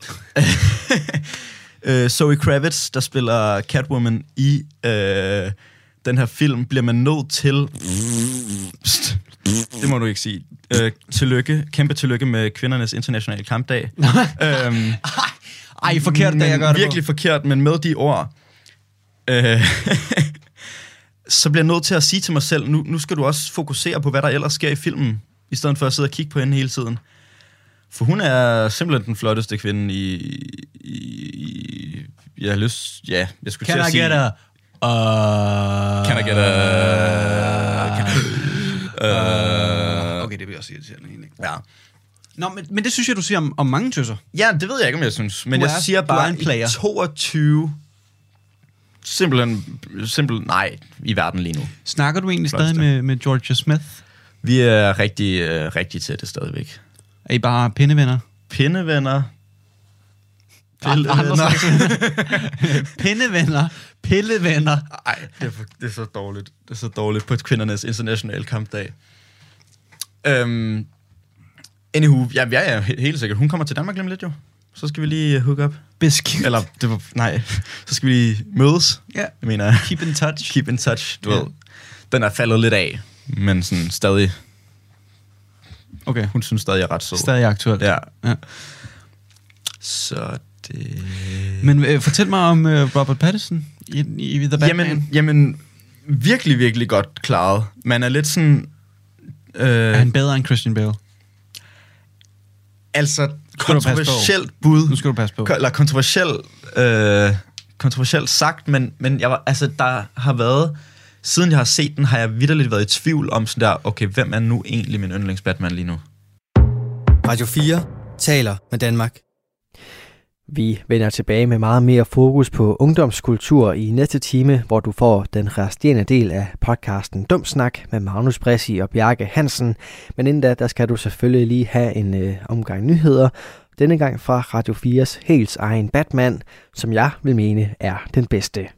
Uh, Zoe Kravitz, der spiller Catwoman i uh, den her film, bliver man nødt til... Det må du ikke sige. Uh, tillykke. Kæmpe tillykke med kvindernes internationale kampdag. um, Ej, forkert, da jeg gør det virkelig på. forkert, men med de ord... Uh, så bliver jeg nødt til at sige til mig selv, nu, nu skal du også fokusere på, hvad der ellers sker i filmen, i stedet for at sidde og kigge på hende hele tiden. For hun er simpelthen den flotteste kvinde i... i, i jeg har lyst... Ja, jeg skulle Can til at I sige... Get a, uh, Can I get a... Can I, uh, okay, det bliver også irriterende egentlig. Ja. Nå, men, men det synes jeg, du siger om, om mange tøser. Ja, det ved jeg ikke, om jeg synes. Men du jeg er, siger bare, i toogtyve... Simpelthen... Simpelthen... Nej, i verden lige nu. Snakker du egentlig stadig med, med Georgia Smith? Vi er rigtig, øh, rigtig tætte stadigvæk. Er I bare pindevenner? Pindevenner. Pillevenner. Pindevenner. Pillevenner. Ej, det er, for, det er så dårligt. Det er så dårligt på kvindernes internationale kampdag. Øhm, anywho, ja, jeg er helt sikkert. Hun kommer til Danmark lige lidt jo. Så skal vi lige hook up. Bisk. Eller, det var, nej. Så skal vi lige mødes. Ja. Jeg mener, keep in touch. Keep in touch, du ja. ved. Den er faldet lidt af, men sådan stadig... Okay. Hun synes stadig, jeg er ret sød. Stadig aktuelt. Ja. ja. Så det... Men øh, fortæl mig om øh, Robert Pattinson i, i The Batman. Jamen, jamen, virkelig, virkelig godt klaret. Man er lidt sådan... Øh, er han bedre end Christian Bale? Altså, kontroversielt bud. Nu skal du passe på. Eller kontroversielt, øh, kontroversielt sagt, men, men jeg var, altså, der har været... Siden jeg har set den, har jeg vitterligt været i tvivl om sådan der, okay, hvem er nu egentlig min yndlings Batman lige nu? Radio fire taler med Danmark. Vi vender tilbage med meget mere fokus på ungdomskultur i næste time, hvor du får den resterende del af podcasten Dum Snak med Magnus Bressi og Bjarke Hansen. Men inden da, der skal du selvfølgelig lige have en øh, omgang nyheder. Denne gang fra Radio fires helt egen Batman, som jeg vil mene er den bedste.